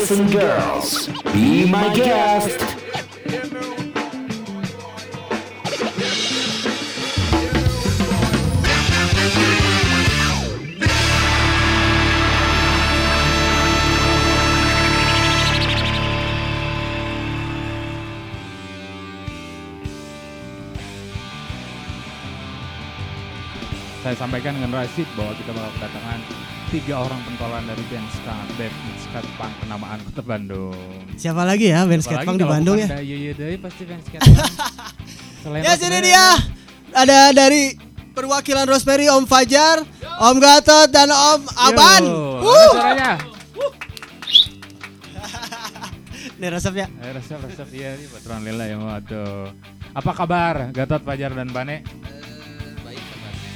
Boys and girls, be my guest. Saya sampaikan dengan Rashid bahwa kita bakal kedatangan 3 orang pentolan dari band skatepunk kenamaan Kota Bandung. Siapa lagi ya band skatepunk di Bandung ya? Iya deh pasti band skatepunk. Ya sini dia. Ada dari perwakilan Rosemary Om Fajar, Om Gatot dan Om Aban. Suaranya. Nih resepnya. Resep iya nih Patron Lila ya mau tuh. Apa kabar Gatot, Fajar dan Bane? Baik kabarnya.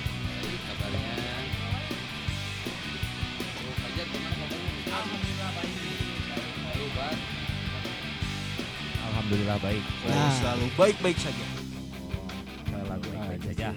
Fajar gimana kabarnya? Alhamdulillah baik. Alhamdulillah baik. Nah. Selalu baik-baik saja. Lagu baik saja.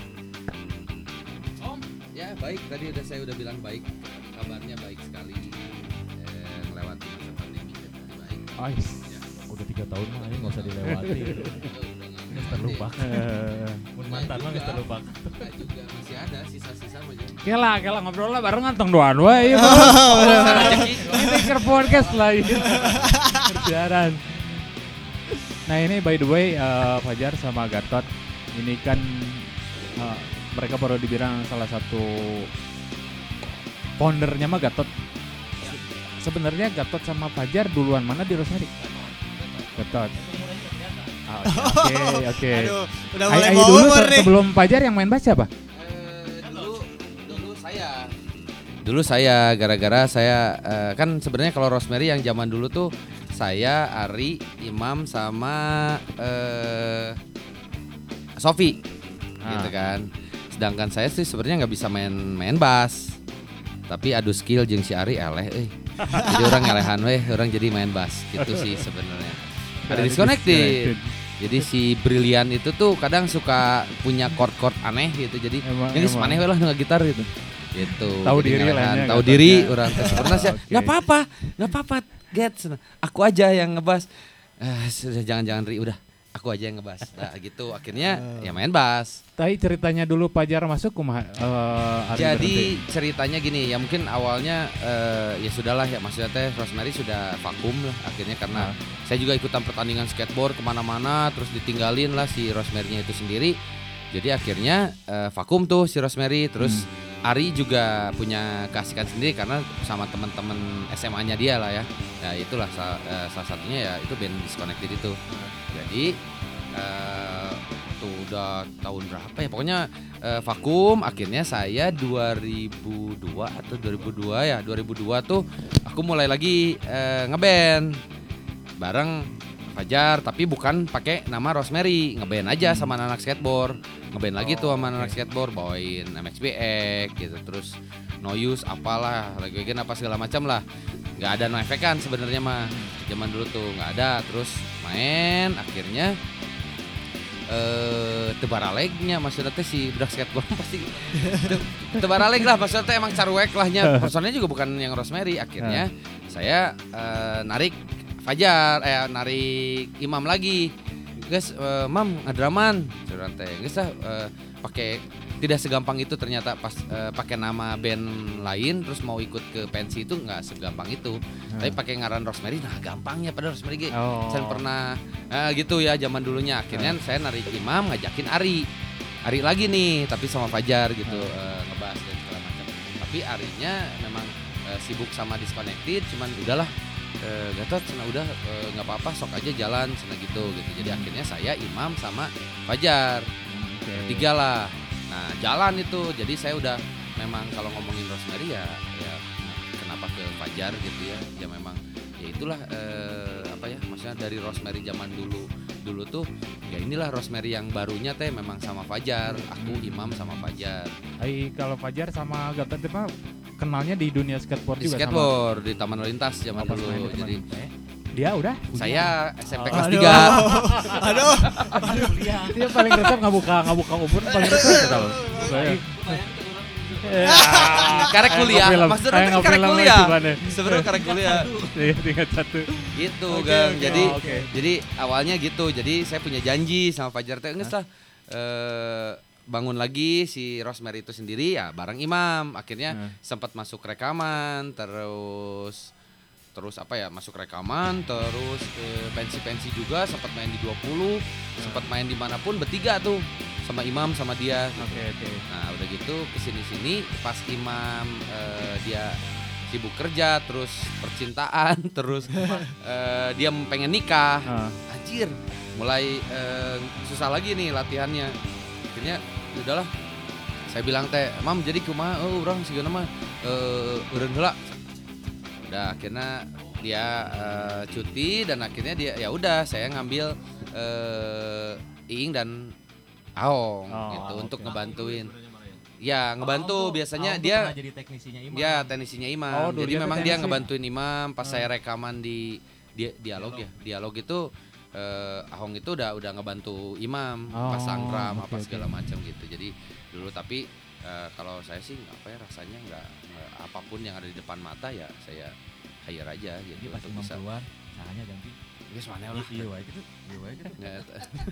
Ya baik, tadi saya udah bilang baik. Kabarnya baik sekali. Melewati masa pandemi jadi baik. Ais. Udah 3 tahun mah ini nggak usah dilewati. Terlupakan. Mantan mah nggak terlupakan. Enggak juga masih ada sisa-sisa aja. Kela ngobrol lah bareng ngantong doan wae. Ini ke podcast lah. Kerjaan. Nah ini by the way Fajar sama Gatot ini kan mereka baru dibilang salah satu foundernya mah Gatot. Sebenarnya Gatot sama Fajar duluan mana di Rosemary? Gatot. Oke. Aduh, udah mulai mau dulu umur nih. sebelum Fajar yang main bass siapa? Dulu saya gara-gara saya kan sebenarnya kalau Rosemary yang zaman dulu tuh saya, Ari, Imam sama Sofi gitu kan. Sedangkan saya sih sebenarnya nggak bisa main bass. Tapi adu skill jeung si Ari eleh Jadi orang ngelehan orang jadi main bass gitu sih sebenarnya. Ada disconnected. Jadi si Brilian itu tuh kadang suka punya chord-chord aneh gitu. Jadi ini semaneh we lah nggak gitar gitu. Gitu. Tahu diri lah. Tahu diri orang pernah sih. Enggak apa-apa. Get. Aku aja yang ngebas. Jangan Ri, udah. Aku aja yang ngebas. Nah, gitu akhirnya ya main bass. Tapi ceritanya dulu Fajar masuk kumaha? Jadi ceritanya gini, ya mungkin awalnya ya sudahlah ya maksudnya teh Rosemary sudah vakum lah akhirnya karena saya juga ikutan pertandingan skateboard kemana-mana terus ditinggalin lah si Rosemary-nya itu sendiri. Jadi akhirnya vakum tuh si Rosemary terus Ari juga punya keasikan sendiri karena sama teman-teman SMA-nya dia lah ya. Ya itulah salah satunya ya itu band Disconnected itu. Jadi tuh udah tahun berapa ya pokoknya vakum akhirnya saya 2002 atau 2002 tuh aku mulai lagi ngeband bareng Fajar tapi bukan pakai nama Rosemary, ngeband aja sama anak skateboard. Ngeband lagi tuh sama anak skateboard bawain MXBX gitu terus No Use apalah lagi apa segala macam lah. Enggak ada no effect kan sebenarnya mah. Zaman dulu tuh enggak ada terus main akhirnya tebaralegnya maksudnya teh si budak skateboard pasti tebaraleg lah maksudnya teh emang caruek lahnya personnya juga bukan yang Rosemary akhirnya saya narik Fajar narik Imam lagi guys Mam ngadraman curang teh guys pakai tidak segampang itu ternyata pas pakai nama band lain terus mau ikut ke pensi itu nggak segampang itu tapi pakai ngaran Rosemary nah gampangnya pada Rosemary saya pernah gitu ya zaman dulunya akhirnya saya narik Imam ngajakin Ari lagi nih tapi sama Fajar gitu ngebahas dan segala macam tapi Arinya memang sibuk sama Disconnected cuman udahlah Gatot cina udah nggak apa-apa sok aja jalan cina gitu jadi akhirnya saya Imam sama Fajar tiga lah nah jalan itu jadi saya udah memang kalau ngomongin Rosemary ya kenapa ke Fajar gitu ya memang ya itulah maksudnya dari Rosemary zaman dulu tuh ya inilah Rosemary yang barunya teh memang sama Fajar aku Imam sama Fajar. Kalau Fajar sama Gatot itu kenalnya di dunia skateboard juga skateboard sama? Di Taman Lintas zaman dulu jadi dia udah saya SMP kelas 3 Aduh dia paling resep nggak buka umur paling resep tahu Karek kuliah, Film. maksudnya Kayak kan nggak karek film kuliah. itu, Bane. Sebenarnya karek kuliah. Iya, tingkat 1. Gitu, Oke, Gang. oke. Jadi Oh, oke. jadi awalnya gitu. Jadi saya punya janji sama Fajar teh geus lah. Bangun lagi si Rosemary itu sendiri ya bareng Imam. Akhirnya sempat masuk rekaman, terus apa ya, masuk rekaman, terus pensi-pensi juga, sempat main di 20, sempat main dimanapun bertiga tuh sama Imam sama dia. Oke. Nah udah gitu kesini-sini pas Imam dia sibuk kerja, terus percintaan, terus dia pengen nikah, anjir mulai susah lagi nih latihannya. Akhirnya udahlah saya bilang teh, Mam jadi kumaha urang sigana mah eureun heula. Udah akhirnya dia cuti dan akhirnya dia ya udah saya ngambil Iing dan Aong gitu untuk ngebantuin. Ya ngebantu biasanya dia pernah jadi teknisinya Imam. Ya teknisinya Imam. Oh, dulu Jadi dia memang tuh dia teknisi. ngebantuin Imam pas saya rekaman di dialog ya. Dialog itu Ahong itu udah ngebantu Imam pas sanggram apa segala macam gitu. Jadi dulu tapi kalau saya sih apa ya rasanya nggak apapun yang ada di depan mata ya saya hire aja Jadi gitu pas untuk Imam bisa. keluar, sahanya ganti. Guys mana lah. Iya wae gitu. Iya wae gitu. Nggak,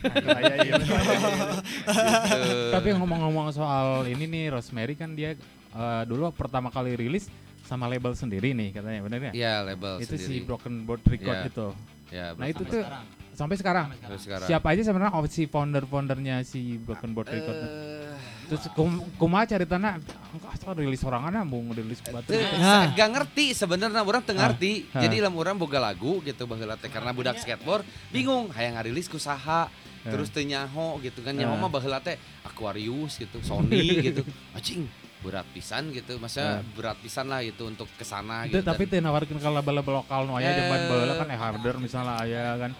Tapi ngomong-ngomong soal ini nih, Rosemary kan dia dulu pertama kali rilis sama label sendiri nih katanya, bener nggak? Iya label Itu si sendiri. Broken Board Record Iya. gitu. Ya, Nah itu Sampai tuh sekarang. sampai sekarang. terus sekarang. Siapa aja sebenarnya si founder-foundernya si Broken Board Record? Terus kumaha caritana asal rilis sorangan mau rilis batu. Nah. Gak ngerti sebenarnya orang teu ngerti. Ah. Jadi lamun urang boga lagu gitu baheula teh karena budak skateboard bingung hayang ngarilis ku saha. Terus teu nyaho gitu kan nyaho mah baheula teh Aquarius gitu, Sony gitu. Anjing berat pisan gitu. Masa berat pisan lah itu untuk kesana Itu gitu. tapi teu nawarkeun ka label-label lokal nu aya zaman baheula kan harder misalnya aya kan.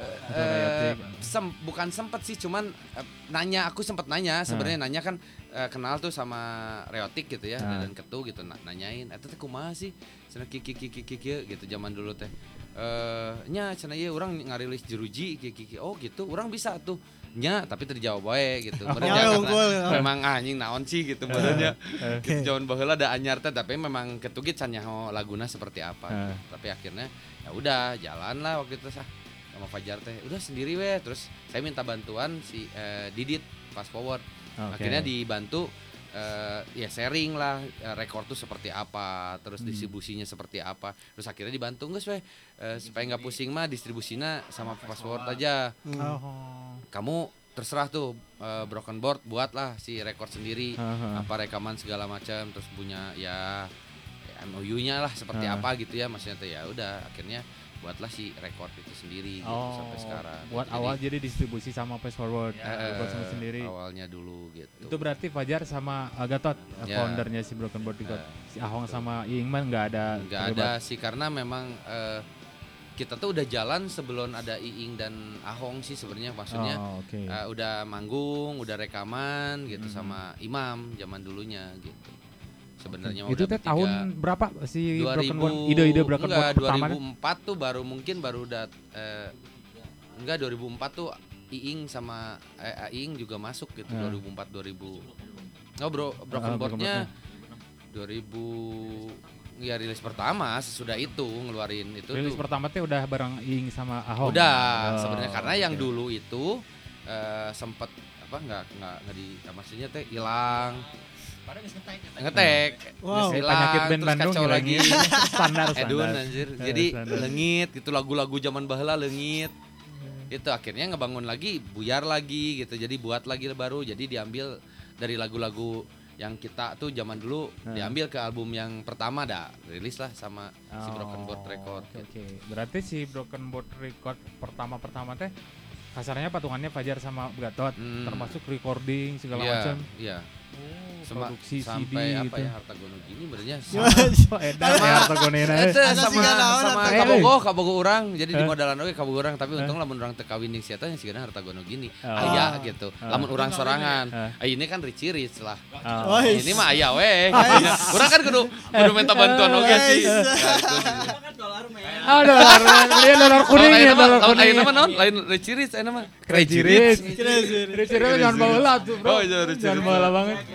Bukan sempet sih cuman nanya, aku sempet nanya sebenarnya nanya kan kenal tuh sama Reotik gitu ya dan Ketu gitu nanyain eta teh kumaha sih cenah kiki gitu zaman dulu teh nya cenah ieu urang ngarilis jeruji kiki oh gitu urang bisa tuh nya tapi teu dijawab wae gitu Ya, unggul. memang anjing naon sih gitu badannya gitu zaman baheula da anyar teh tapi memang Ketu ge can nyaho laguna seperti apa tapi akhirnya ya udah jalan lah waktu itu sama Fajar teh udah sendiri weh. Terus saya minta bantuan si Didit Fast Forward. Akhirnya dibantu ya sharing lah rekor tuh seperti apa, terus distribusinya seperti apa. Terus akhirnya dibantu geus weh supaya nggak pusing mah distribusinya sama Fast Forward aja. Kamu terserah tuh Broken Board buatlah si rekor sendiri apa rekaman segala macam terus punya ya MOU-nya lah seperti apa gitu ya maksudnya tuh ya udah akhirnya buatlah si record itu sendiri gitu sampai sekarang. Buat gitu. awal jadi distribusi sama Fast Forward, buat sama sendiri. Awalnya dulu gitu. Itu berarti Fajar sama Gatot, foundernya si Broken Board Record. Si Ahong sama Iing man nggak ada. Nggak ada sih karena memang kita tuh udah jalan sebelum ada Iing dan Ahong sih sebenarnya maksudnya. Udah manggung, udah rekaman gitu sama Imam zaman dulunya gitu. Sebenarnya itu teh tahun berapa si 2000, Broken Board ide Broken Board pertama? 2004 tuh baru mungkin baru udah 2004 tuh Iing sama Iing juga masuk gitu 2004 2000. Oh Broken Board-nya 2000 ya rilis pertama sesudah itu ngeluarin itu rilis tuh. pertama teh udah bareng Iing sama Ahong. Udah sebenarnya karena yang dulu itu sempet apa nggak di maksudnya teh hilang ngetek Wow. Penyakit band terus Bandung kacau lagi standar. Edun anjir jadi standar. lengit gitu lagu-lagu zaman baheula lengit itu akhirnya ngebangun lagi buyar lagi gitu jadi buat lagi baru jadi diambil dari lagu-lagu yang kita tuh zaman dulu diambil ke album yang pertama dah rilis lah sama si Broken Board Record Oke. Berarti si Broken Board Record pertama teh kasarnya patungannya Fajar sama Gatot termasuk recording segala macam. Iya. Produksi sampai CD apa gitu. ya harta gono gini berarti Edan ya hartagonena. Itu Asa sama kabogo urang jadi di modalan oge kabogo urang tapi untung lamun urang teu kawin jeung sia teh sigana harta gono gini aya gitu lamun urang sorangan ini kan Richie Rich lah ini mah aya we urang kan kudu minta bantuan oge sih dolar kuning ya dolar kuning. Ayeuna mah naon lain Richie Rich ayeuna mah Crazy Rich. Rich jangan bawa tuh bro. Oh iya Richie Jangan Rich. bawa banget.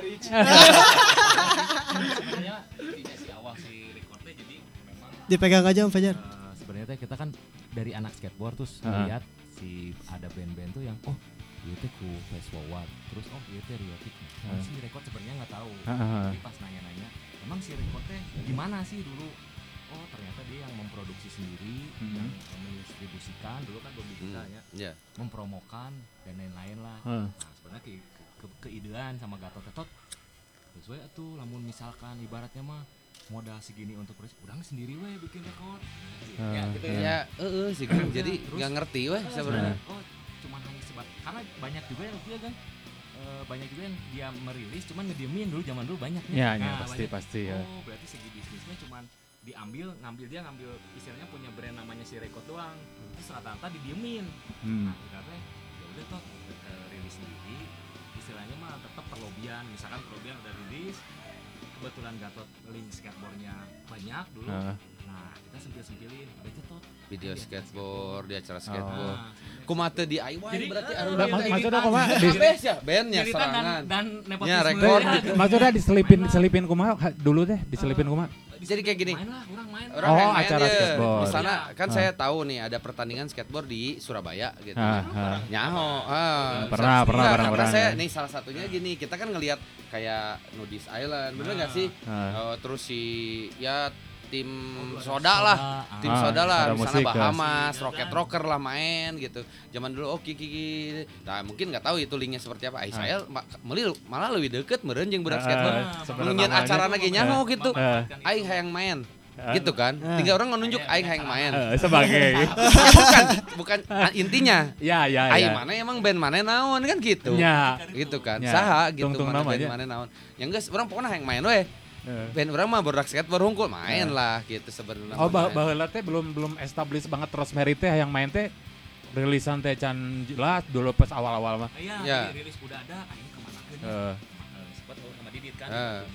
Sebenarnya intinya si awal si recordnya jadi memang Dipegang aja Om Fajar. sebenarnya teh kita kan dari anak skateboard terus Heeh. lihat si ada band-band tuh yang ieu teh ku Fast Forward terus ieu teh Riotic. Si record sebenarnya nggak tahu. Tapi pas nanya-nanya, emang si record teh gimana sih dulu? Oh ternyata dia yang memproduksi sendiri, yang mendistribusikan dulu kan belum digital ya, Ya. mempromokan dan lain-lain lah. Heeh. Nah sebenarnya keidean sama Gatot Tetot terus we atuh lamun misalkan ibaratnya mah modal segini untuk urang sendiri we bikin rekor ya gitu Ya, sih Gang. Jadi Terus- nggak ngerti weh sebenarnya. cuman hanya karena banyak juga yang dia kan banyak juga yang dia merilis cuman ngediemin dulu zaman dulu banyak nih. Ya, Nah, pasti banyak. pasti ya. Oh berarti segi bisnisnya cuman ngambil istilahnya punya brand namanya si Record doang terus rata-rata didiemin. Nah, ibaratnya ya udah toh rilis sendiri istilahnya mah tetap perlobian misalkan perlobian udah rilis kebetulan Gatot link skateboardnya banyak dulu nah kita sempil-sempilin aja toh Video skateboard, di acara skateboard. nah, Kumate DIY Jadi, berarti maksudnya kumaha ya bandnya jeritan serangan. dan nepotisme Ya, rekor ya. gitu. maksudnya diselipin kumaha dulu teh diselipin kumaha. Jadi kayak gini. main lah orang main Orang Oh, yang main acara ya. skateboard. Di sana kan Ah. saya tahu nih ada pertandingan skateboard di Surabaya gitu. Ah. Nyaho. Pernah, Karena saya pernah. nih salah satunya gini, kita kan ngelihat kayak Nudist Island, bener nggak sih? Terus si ya tim soda lah. Tim soda lah, soda misalnya musik, Bahamas, Rocket Rocker lah main gitu. Zaman dulu Kiki. Nah, mungkin nggak tahu itu linknya seperti apa. Saya malah lebih deket meureun jeung budak skateboard. sebenarnya Nungguin acara lagi nyaho gitu. Ah. Aing hayang main. Gitu kan. Tinggal orang nunjuk aing hayang main. Sebagai Ya, bukan intinya. ya Aing mana emang band mana naon kan gitu. Ya. Gitu kan. Ya. Saha gitu Tungtung mana band namanya. mana naon. Yang geus orang pokoknya hayang main we. Band orang mah budak skateboard hungkul main lah gitu sebenarnya. Oh, baheula teh belum establish banget Rosemary teh yang main teh rilisan teh can jelas dulu pas awal-awal mah. Iya, Ya. rilis udah ada, akhirnya kemana ke nih? Eh, Sempat ngobrol sama Didit kan.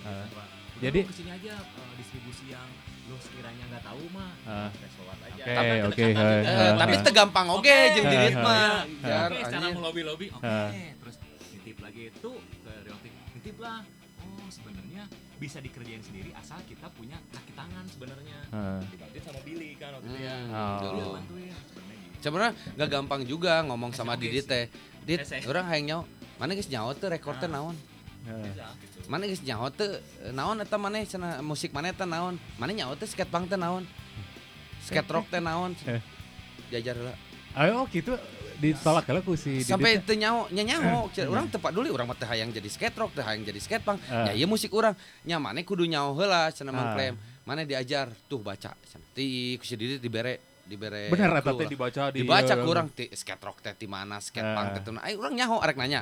Jadi- Jadi kesini aja distribusi yang lu sekiranya nggak tahu mah, fast forward aja. Oke, Tapi oke, kedekatan juga. Tapi teu gampang oge jeung Didit mah. Oke, Jar secara anjir. melobi-lobi, oke. Eh. Terus nitip lagi itu ke Riotic, nitip lah. Oh sebenarnya bisa dikerjain sendiri asal kita punya kaki tangan sebenarnya. Dibantuin sama Billy kan waktu itu ya. Oh. Dulu Dulu. bantuin. Sebenarnya gitu. Sebenarnya nggak gampang juga ngomong sama Didit teh. Dit, orang hayang nyaho. Mana geus nyaho teh rekord teh naon? Bisa, gitu. Mana geus nyaho teh naon eta maneh cenah musik maneh teh naon? Mana nyaho teh skatepunk teh naon? Skate rock teh naon? Diajar heula. Ayo gitu ditolak kalau ku si Didit Sampai teh. teu nyaho, nya nyaho. Urang teu dulu urang mah teh hayang jadi skate rock, teh hayang jadi skatepunk. Ya ieu musik urang. Nya maneh kudu nyaho heula cenah mengklaim. Maneh diajar tuh baca cenah. Ti ku si Didit dibere Bener eta clue teh lah. dibaca di Dibaca ku urang ti skate rock teh ti mana, skatepunk teh teu mana. Ai urang nyaho arek nanya.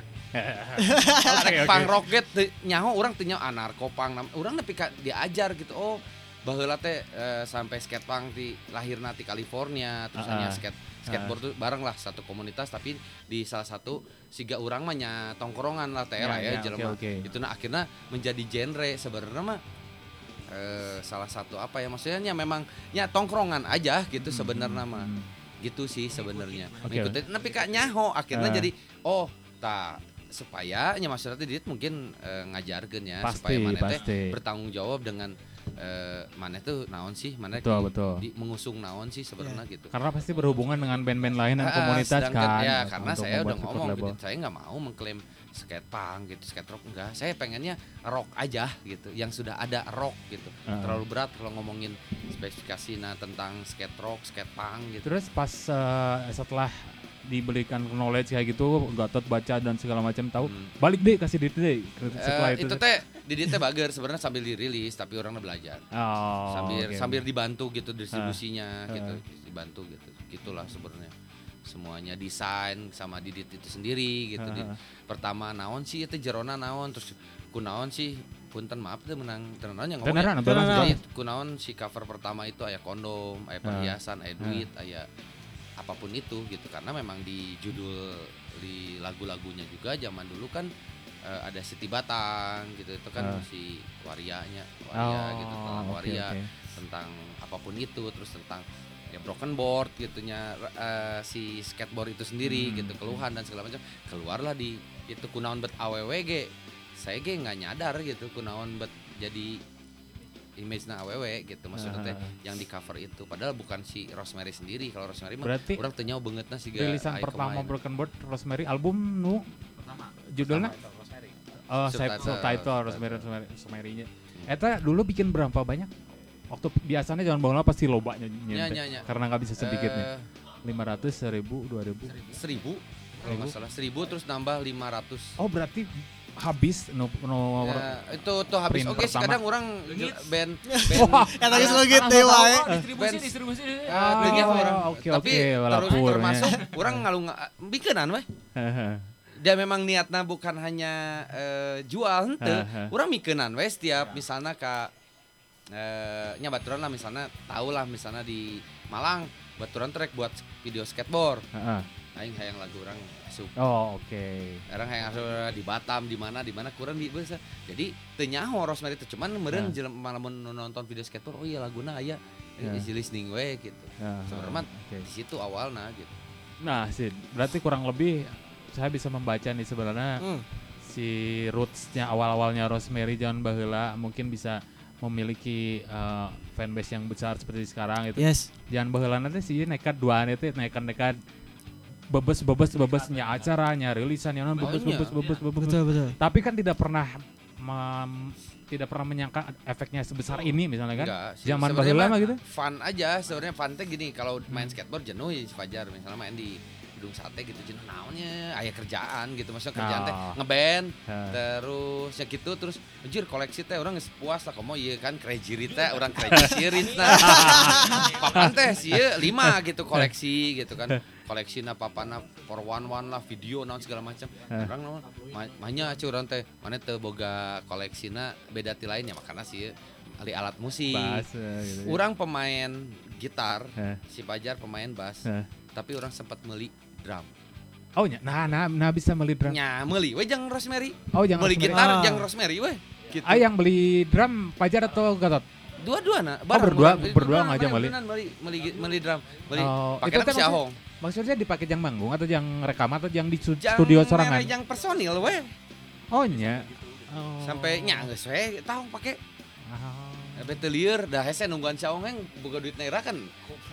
Arek punk rock ge teu nyaho urang teu nyaho anarkopunk. Urang nepi ka diajar gitu. Oh, baheula teh sampai skatepunk di lahirna di California terus hanya skateboard tuh bareng lah satu komunitas tapi di salah satu siga urang mah nya tongkrongan lah teh lah ya jelema. Itu nah akhirnya menjadi genre sebenarnya mah salah satu apa ya maksudnya memang ya tongkrongan aja gitu sebenarnya mah. Gitu sih sebenarnya. Ngikutin nepi ka nyaho akhirnya jadi oh tah supaya nya maksudnya Didit mungkin ngajarkeun ya supaya maneh teh bertanggung jawab dengan maneh tuh naon sih maneh betul. mengusung naon sih sebenarnya gitu. Karena pasti berhubungan dengan band-band lain dan komunitas kan. Ya karena untuk saya udah membuat ngomong label. gitu, saya nggak mau mengklaim skatepunk gitu, skate rock enggak. Saya pengennya rock aja gitu, yang sudah ada rock gitu. Terlalu berat kalau ngomongin spesifikasi tentang skate rock, skatepunk gitu. Terus pas setelah diberikan knowledge kayak gitu, Gatot baca dan segala macam tahu, balik deh kasih Didit deh setelah itu teh Didit teh bager sebenarnya sambil dirilis tapi orangnya belajar. Sambil dibantu gitu distribusinya gitu, dibantu gitu. Gitulah sebenarnya. Semuanya desain sama Didit itu sendiri gitu. Pertama naon sih itu jerona naon terus kunaon sih punten maaf teh menang tenan yang ngomong. Jadi kunaon si cover pertama itu aya kondom, aya perhiasan, aya duit, aya apapun itu gitu karena memang di judul di lagu-lagunya juga zaman dulu kan ada Siti Batang gitu itu kan si Waria gitu tentang Waria tentang apapun itu terus tentang ya broken board gitunya si skateboard itu sendiri gitu keluhan dan segala macam keluarlah di itu kunaon bet awwg saya ge nggak nyadar gitu kunaon bet jadi image-na awewe gitu maksudnya teh yang di cover itu padahal bukan si Rosemary sendiri. Kalau Rosemary mah Berarti urang teu nyaho beungeutna siga rilisan aya pertama kumaha. Broken Bird Rosemary album nu Pertama. judulnya Rosemary. subtitle Rosemary-nya. Eta dulu bikin berapa banyak? Waktu biasanya jangan baheula pasti lobanya nyampe. Nya. Karena nggak bisa sedikit nih. 500, 1000, 2000. 1000 kalau nggak salah 1000 terus nambah 500. Oh berarti habis no Ya, itu tuh habis print oke sih pertama. kadang orang band Eta geus leungit deui wae. Distribusi. banyak orang. oke, Tapi terus lapur, termasuk orang ngalung bikenan weh. Heeh. Dia memang niatna bukan hanya jual henteu. Urang mikenan we setiap misalnya ka nya baturan lah misalnya tahu lah misalnya di Malang baturan trek buat video skateboard. Aing hayang lagu orang asup. Oh oke. Orang hayang asup di Batam di mana kurang di beusa. Jadi teu nyaho Rosemary teh cuman meureun jelema lamun nonton video skateboard oh iya laguna aya easy listening we gitu. Sebenarnya di situ awalna gitu. Nah, sih berarti kurang lebih saya bisa membaca nih sebenarnya si roots-nya awal-awalnya Rosemary John baheula mungkin bisa memiliki fanbase yang besar seperti sekarang itu. Yes. Jangan baheula nanti sih nekat duaan itu nekat bebes nya acaranya rilisan yang bebes. Betul. Tapi kan tidak pernah menyangka efeknya sebesar ini misalnya kan. Enggak, Zaman sebenarnya baheula mah mah gitu. Fun aja sebenarnya fun teh gini kalau main skateboard jenuh ya si Fajar misalnya main di gedung sate gitu jenuh naonnya aya kerjaan gitu maksudnya kerjaan teh ngeband terus ya gitu terus anjir koleksi teh orang geus puas lah komo ieu kan crazy teh orang crazy series nah papan teh sieun 5 gitu koleksi gitu kan koleksi na papana for one lah video naon segala macam orang naon mahnya curang teh mana teu boga koleksina beda ti lainnya makana sih ahli alat musik Gitu. Urang pemain gitar si Fajar pemain bass tapi orang sempat meuli drum. Oh nya, nah bisa beli drum. Nya meuli we jang Rosemary. Oh jangan meuli gitar jang Rosemary we. Gitu. Yang beli drum Fajar atau Gatot? Dua-duana. Berdua aja meuli drum. Meuli pakai itu si Ahong. Maksudnya dipakai jang manggung atau jang rekaman atau jang di studio sorangan? Jang personil we. Oh nya. Sampai nya geus we tahong pake. Bete lieur dah hese nungguan si Ahong yang boga duit naira kan.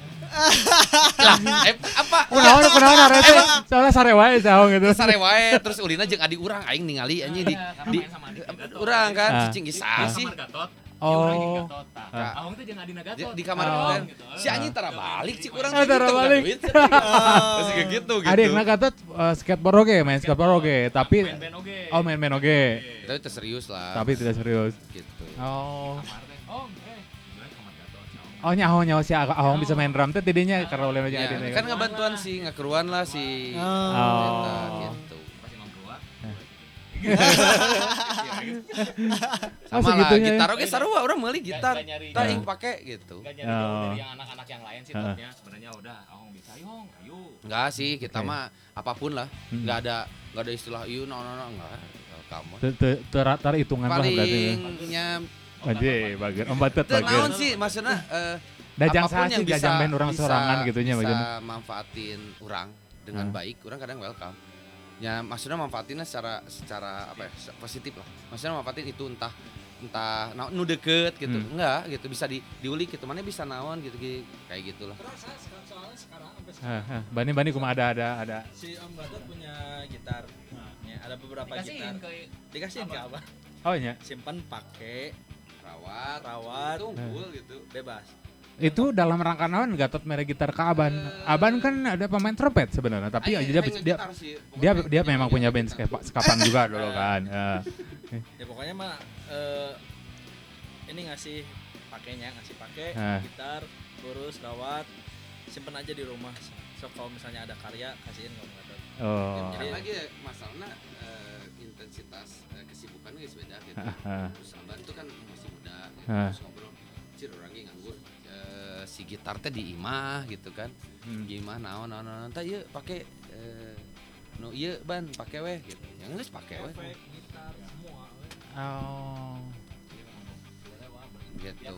Lah, apa? Kunaon rete? Soalnya sare wae saung gitu. Sare wae terus ulina jeung adi urang aing ningali anjing di urang kan cicing gisa sih. Oh. Ahong teh jeung Adina Gatot. Di kamar kan. Si anjing tara balik cik urang tara balik. Terus kayak gitu. Adikna Gatot skateboard oge, main skateboard oge, tapi Band oge. oh main oge. Tapi itu serius lah. Tapi tidak serius. Gitu. Oh. Oh, kamar Gatot. Oh nyaho si Ahong bisa main drum teh tidinya karena oleh jeung Ya, Adina. kan ngebantuan si ngakeruan lah si Oh. gitu. Pas Imam keluar. Sama lah segitunya ya? gitar oke sarua urang meuli gitar. Gak nyari. Tah aing pake gitu. Gak nyari jauh dari yang anak-anak yang lain sih topnya. Sebenarnya udah Ahong bisa, ayo. Enggak sih, kita mah apapun lah. Enggak ada istilah ieu enggak. Kamu. Tar hitungan lah berarti. Palingnya Aje bager, ombatet teu bager. naon sih maksudnya Dajang apapun saha sih jajang band orang sorangan gitunya bisa bagian. manfaatin orang dengan baik, orang kadang welcome. Ya maksudnya manfaatinnya secara apa ya, positif lah. Maksudnya manfaatin itu entah nu deket gitu. Enggak gitu bisa diulik gitu. Mana bisa naon gitu kayak gitulah. Bani kumaha ada. Si Om Gatot punya gitar. Ya, ada beberapa gitar. Dikasihin ke Abah. Oh nya. Simpan pakai Rawat tunggul gitu. bebas. Itu dalam rangka naon Gatot mere gitar ke Aban. Aban kan ada pemain trompet sebenarnya, tapi dia memang punya band skapan juga dulu kan. Ya pokoknya mah ini ngasih pakai gitar, urus, rawat, simpen aja di rumah. So kalau misalnya ada karya kasihin ke Om Gatot. Oh. Jadi lagi masalahnya intensitas kesibukannya guys beda gitu. Terus Aban tuh kan masih muda gitu. Terus ngobrol cir orangnya nganggur si gitar teh di imah gitu kan. Gimana naon tah ieu pake nu ieu ban pake weh gitu. Yang geus pake weh. Gitar semua. Oh. Gitu.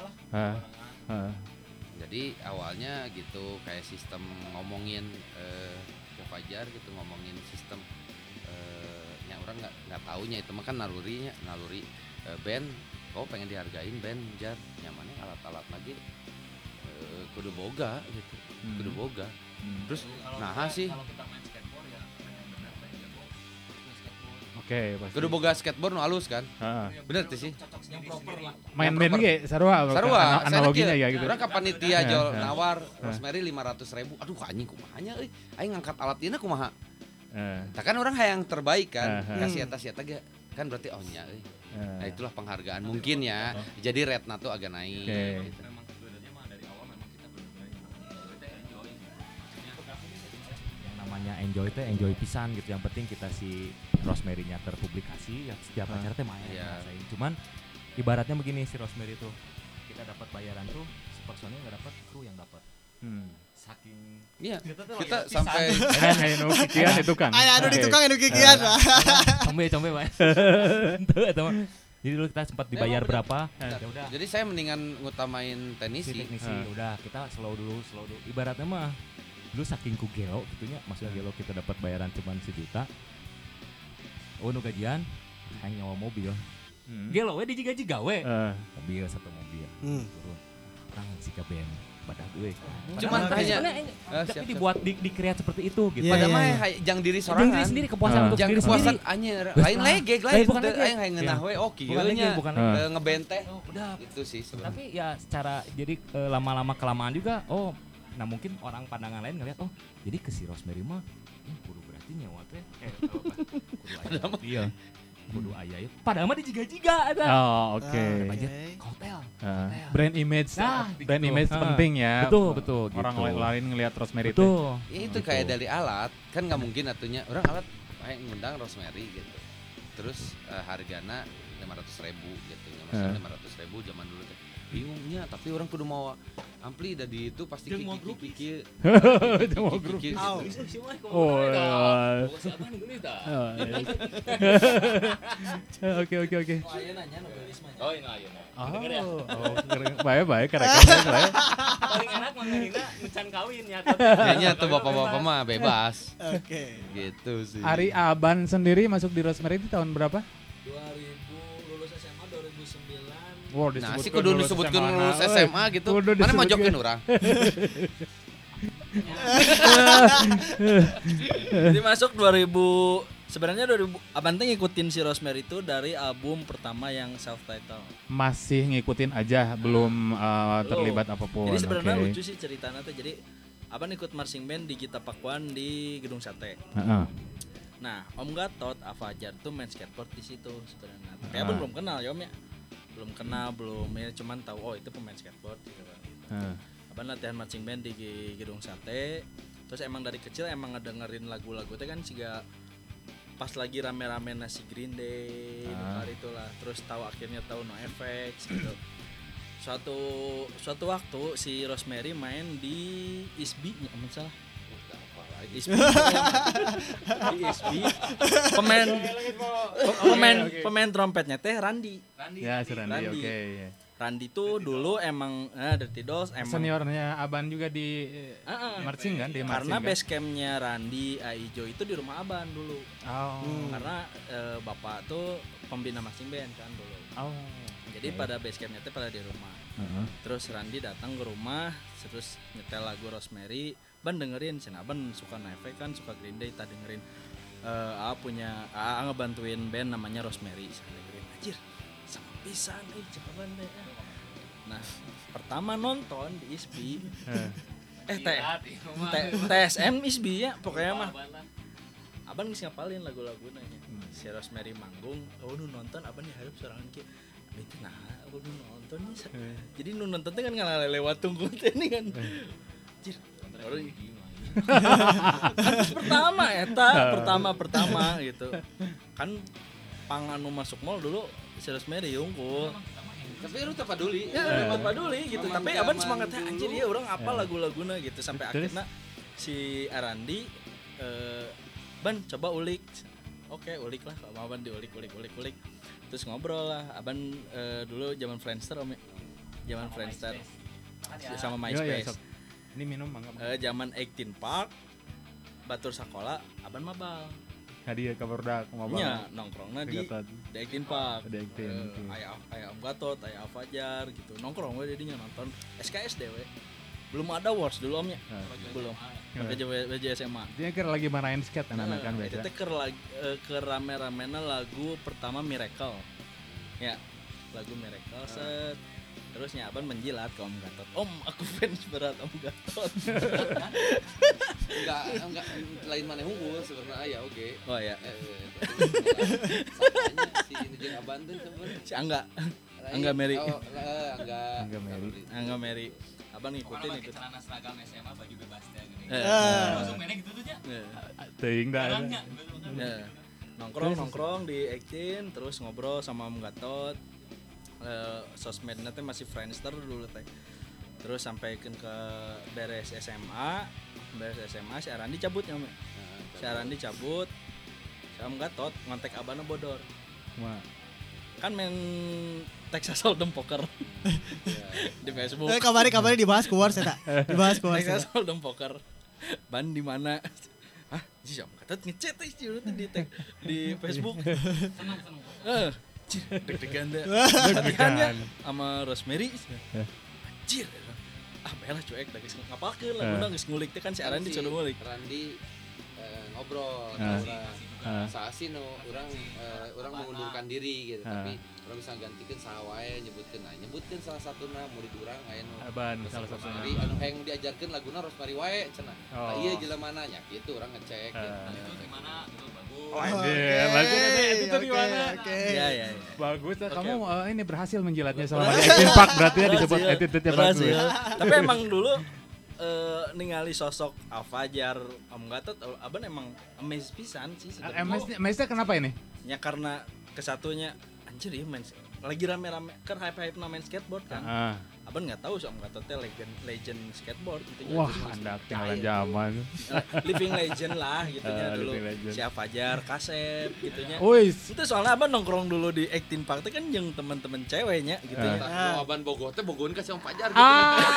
Jadi awalnya gitu kayak sistem ngomongin ke Fajar gitu ngomongin sistem Ya orang nggak taunya itu mah kan naluri band. Pengen dihargain band jar nyamannya alat-alat lagi kudu boga gitu. Kudu boga. Terus sih kalau kita main skateboard ya benar skateboard. Oke, pasti. kudu boga skateboard nu halus kan. Bener tuh sih. Yang proper lah. Main band ge sarua analoginya ya gitu. Urang ka panitia jual nawar Rosemary 500.000. Aduh anjing kumaha nya euy. Aing ngangkat alat ieu kumaha. Tah kan orang hayang terbaik kan. Kasih eta ge kan berarti nya euy. Nah itulah penghargaan mungkin ya. Jadi rate-na tuh agak naik. Gitu. Memang sebenarnya mah dari awal memang kita benar-benar enjoy. Maksudnya yang namanya enjoy pisan gitu. Yang penting kita si Rosemary-nya terpublikasi ya setiap acara teh main ngerasain. Cuman ibaratnya begini si Rosemary tuh kita dapat bayaran tuh personil enggak dapat, kru yang dapat. Saking kita sampai kayak nu kikian itu kan. Anu di tukang anu kikian. Combe Mas. Henteu eta mah. Jadi dulu kita sempat dibayar berapa? Ya udah. Jadi saya mendingan ngutamain teknisi. Udah kita slow dulu. Ibaratnya mah dulu saking ku gelo gitunya, maksudnya gelo kita dapat bayaran cuma 1 juta. Nu gajian hanya nyawa mobil. Gelo we digaji gawe. Mobil 1 mobil. Turun. Orang sika band badak euy. Cuman hanya tapi dibuat di-create seperti itu gitu. Padahal mah jang diri sorangan. Diri sendiri kepuasan untuk diri sendiri. Kepuasan anjir. Lain legeg lain aing hayang ngeunah we kieu nya. Ngebenteh. Udah itu sih sebenarnya. Tapi ya secara jadi lama-lama kelamaan juga nah mungkin orang pandangan lain ngelihat jadi ke si Rosemary mah kudu berarti nyawa teh kudu aya ieu. Padahal mah dijiga-jiga eta. Oh, oke. Budget hotel. Brand image. Brand image penting ya. Betul gitu. Orang lain ngelihat Rosemary itu. Betul. Itu kayak dari alat, kan nggak mungkin atunya orang alat kayak ngundang Rosemary gitu. Terus hargana 500.000 gitu. Maksudnya 500.000 zaman dulu teh. Bingungnya tapi orang kudu mau ampli dari itu pasti kiki. Mau grup. Oke. Oh, ini ayeuna. Baik karek. Paling enak mah ngahina nucan kawin ya. Kayaknya tuh bapak-bapak mah bebas. Oke. Gitu sih. Ari Aban sendiri masuk di Rosemary itu tahun berapa? 2000 lulus SMA 2009. Wow, nah sih kudu disebutkan lulus SMA gitu. Mana mojokeun urang? Jadi masuk 2000 sebenarnya 2000 Abang teh ngikutin si Rosemary itu dari album pertama yang self title. Masih ngikutin aja, belum terlibat apapun. Jadi sebenarnya lucu sih ceritanya tuh. Jadi Abang ikut marching band di Gita Pakuan di Gedung Sate. Nah, Om Gatot, Fajar tuh main skateboard di situ sebenarnya. Tapi Abang belum kenal ya Om ya. Belum kenal, ya cuman tahu itu pemain skateboard gitu kan. Abang latihan marching band di Gedung Sate. Terus emang dari kecil emang ngedengerin lagu-lagu teh kan siga pas lagi rame-rame nasi Green Day hari itulah. Terus akhirnya tahu NoFX gitu. Suatu waktu si Rosemary main di ISBI ya aman salah. ISBI. Pemain trompetnya teh Randy. Ya, si Randy. Oke. Randy tuh dulu emang Dirty Dolls emang seniornya Aban juga di marching kan, di marching. Karena base campnya Randy Aijo itu di rumah Aban dulu. Karena bapak tuh pembina marching band kan dulu. Jadi pada base campnya tuh pada di rumah. Terus Randy datang ke rumah, terus nyetel lagu Rosemary. Ban dengerin, Sen Aban suka NoFX kan, suka Green Day, tak dengerin. Punya ngebantuin band namanya Rosemary. Saya dengerin anjir. Sama pisan coba deh. Nah, pertama nonton di ISBI. TSM ISBI ya, pokoknya mah. Abang geus ngapalin lagu-laguna nya. Si Rosemary manggung, nu nonton Abang diharap sorangan kieu. Itu nah, nu nonton nih. Jadi nu nonton teh kan ngalewat tunggu teh nih kan. Anjir. Pertama gitu. Kan panganu masuk mall dulu si Rosemary unggul. Tapi lu tak peduli. Ya, peduli gitu. Tapi Aban semangatnya anjir ya orang apa lagu-laguna gitu sampai akhirnya si Arandi Ban coba ulik. Oke, ulik lah kalau Aban diulik. Terus ngobrol lah. Aban dulu zaman Friendster Om. Zaman Friendster sama MySpace. Ini minum mangga. Zaman 18 Park Batur Sakola Aban mabal. Hadiah ka barudak kumaha nya nongkrongna di Actin Park. Di Actin. Aya Om Gatot, aya Fajar gitu. Nongkrong we jadinya nonton SKSD we. Belum ada Wars dulu Omnya. Belum. Pakai WJ SMA. Dia kira lagi marahin skate anak-anak kan biasa. Itu ke rame-ramena lagu pertama Miracle. Ya, lagu Miracle set. Terus nyaban menjilat ke Om Gatot. Om, aku fans berat Om Gatot. Enggak lain mana unggul sebenarnya oke. Oh ya. Sapanya si jeung Aban teh sebenarnya. Si Angga Mary. Angga Mary. Abang ngikutin pakai celana seragam SMA baju bebas teh gini. Langsung meneh gitu tuh nya. Teuing dah. Nongkrong di Actin terus ngobrol sama Om Gatot. Sosmednya teh masih Friendster dulu teh. Terus sampaikan ke beres SMA si Arandi cabut nya. Si Arandi cabut. Si Om Gatot ngontek abana bodor. Kan main Texas Hold'em poker di Facebook. Kamari dibahas ku Wars eta. Dibahas ku Wars. Texas Hold'em poker. Ban di mana? Hah, si Om Gatot ngechat di Facebook. Senang. Deg-degan deh. Deg-degan sama Rosemary. Anjir. Belah cuek da geus ngapalkeun laguna geus ngulik teh kan si Arandi sudah ngulik. Randi ngobrol sama urang. Saasi urang mengundurkan diri gitu, tapi urang bisa gantikeun saha wae nyebutkeun salah satuna murid urang aya nu Aban salah satunya. anu hayang diajarkeun laguna Rosemary wae cenah. Tah ieu jelemana nya kitu urang ngecek gitu. Itu gimana? Itu bagus. Bagus itu di mana? Iya. Bagus. Kamu ini berhasil menjilatnya sama di Actin Park berarti ya disebut attitude-nya bagus. Tapi emang dulu ningali sosok Fajar, Om Gatot, Aban emang amazed pisan sih sebenarnya. Amazed kenapa ini? Ya karena kesatunya anjir ya main lagi rame-rame kan hype main skateboard kan. Aban enggak tahu sih Om Gatot teh legend skateboard gitu. Wah, Anda ketinggalan zaman. Living legend lah gitunya dulu. Si Fajar, Kasep gitunya. Itu soalnya Aban nongkrong dulu di Actin Park teh kan jeung teman-teman ceweknya gitu ya. Aban bogoh teh bogohan ka si Om Fajar gitu.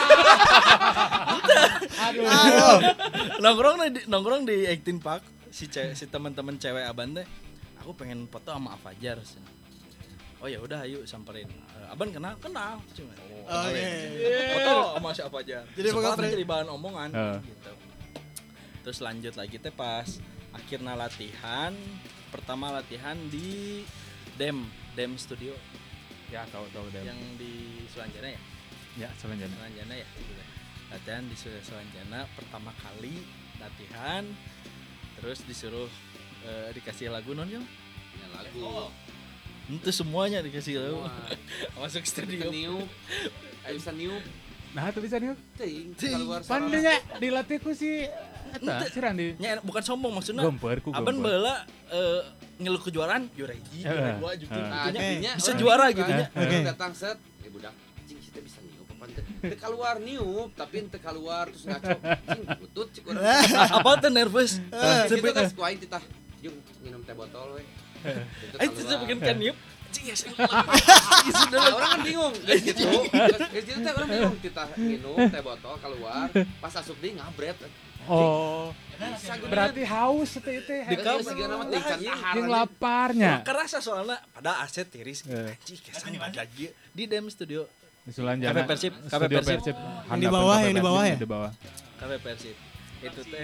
Aduh. Nongkrong di Actin Park si teman-teman cewek Aban teh. Aku pengen foto sama Fajar. Oh ya udah ayo samperin. Aban kenal cuma. Oke. Foto sama si Fajar. Jadi jadi bahan omongan gitu. Terus lanjut lagi teh pas akhirnya pertama latihan di Dem Studio. Ya, tahu Dem. Yang di Sulanjana ya? Ya, Sulanjana ya. Latihan di Sulanjana pertama kali latihan terus disuruh dikasih lagu non yang lagu. Itu semuanya dikasih lagu. Masuk studio. Bisa niup. Nah, itu bisa niup. Teuing keluar Pandenya dilatih ku si eta si Randi. Nya bukan sombong maksudnya. Aban baheula ngilu kejuaraan juara 1, juara 2 gitu. Bisa juara gitu nya. Datang set, budak cing kita bisa niup apa teh keluar niup tapi teu keluar terus ngaco. Cing butut cik urang. Apa teh nervous? Itu kan kuaing titah jeung minum teh botol we. Itu tuh bikin kan niup. Cing ya orang kan bingung guys gitu. Guys gitu teh orang bingung titah minum teh botol keluar pas asup deui ngabret. Oh. Berarti haus teh teh. Di kamar sigana mah teh can Jeung laparnya. Kerasa soalnya pada aset tiris. Anjing kesan badak di Dem Studio. Di Sulanjana. Cafe Persib. Yang di bawah ya? Di bawah. Cafe Persib. Itu teh.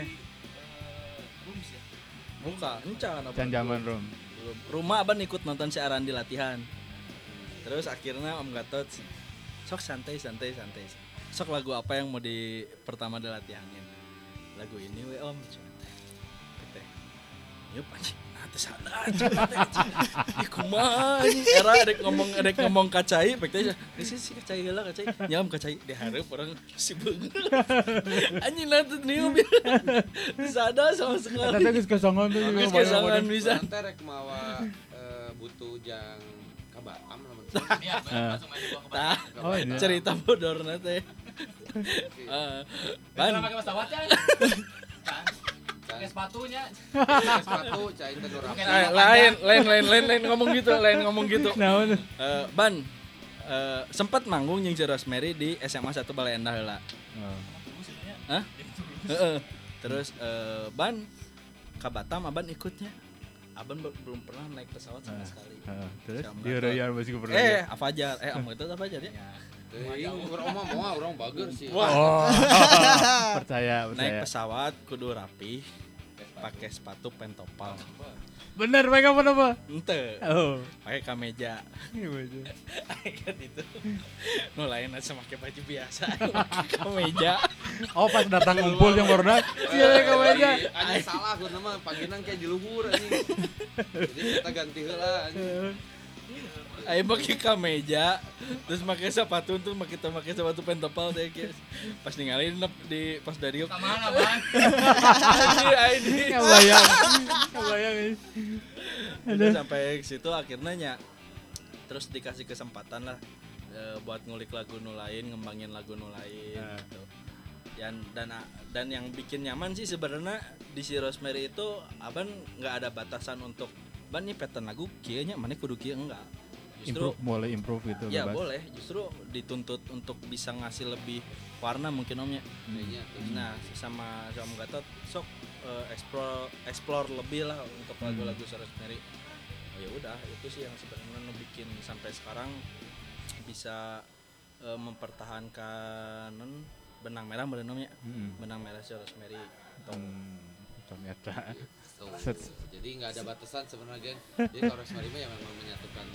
Bukan, encan apa? Can zaman room. Rumah Aban ikut nonton si Arandi latihan. Terus akhirnya Om Gatot sok santai. Sok lagu apa yang mau pertama dilatihanin? Lagu ini we Om. Teh. Yup anjing. Teu sadar anjing. Kumaha anjing era adek ngomong kacai pek teh. Si kacai heula kacai. Nyam kacai dihareup urang si beungeul. Anjing nanti niup. Teu sadar sama sekali. Eta geus kesongon tuh. Geus kesongon bisa. Nanti rek mawa butuh jang ka Batam lamun. Iya, langsung main gua ke Batam. Oh, iya. Cerita bodorna teh. Ban pakai pesawat ya. Pakai sepatunya. Sepatu cai teh dorang. Lain ngomong gitu. Naon? Ban sempat manggung jeung Rosemary di SMA 1 Balai Endah heula. Hah? Terus Ban ka Batam Aban ikutnya. Abang belum pernah naik pesawat sama sekali. Terus Si Om dia Gatot. ya masih pernah. Fajar. Om Gatot apa aja ya? Orang bager sih. Oh. percaya. Naik pesawat kudu rapi, pakai sepatu pentopal. Bener mereka apa? Ente, Oh. pakai kemeja. Kan itu. Nu lain aja pakai baju biasa, pakai kemeja. Oh pas datang ngumpul yang baru iya kemeja. Anjing salah gua nama paginan kayak di luhur anjing. Jadi kita ganti heula anjing. Ayo pakai kemeja, terus pakai sepatu, terus pakai sepatu pentopal deh guys. Pas ninggalin di pas dari Kemana bang? ini. Kebayang. Udah sampai ke situ akhirnya terus dikasih kesempatan lah buat ngulik lagu nu lain, ngembangin lagu nu lain gitu. Dan yang bikin nyaman sih sebenarnya di si Rosemary itu Aban nggak ada batasan untuk ban nih pattern lagu kieu nya mana kudu kieu enggak. Justru boleh improve gitu ya bebas. boleh, justru dituntut untuk bisa ngasih lebih warna mungkin omnya. Nah sama Om Gatot sok explore lebih lah untuk lagu-lagu Rosemary. Oh ya udah itu sih yang sebenarnya bikin sampai sekarang bisa mempertahankan benang merah namanya. Benang merah si Rosemary. Ternyata. Jadi nggak ada batasan sebenarnya geng. Jadi kalau Rosemary ya memang menyatukan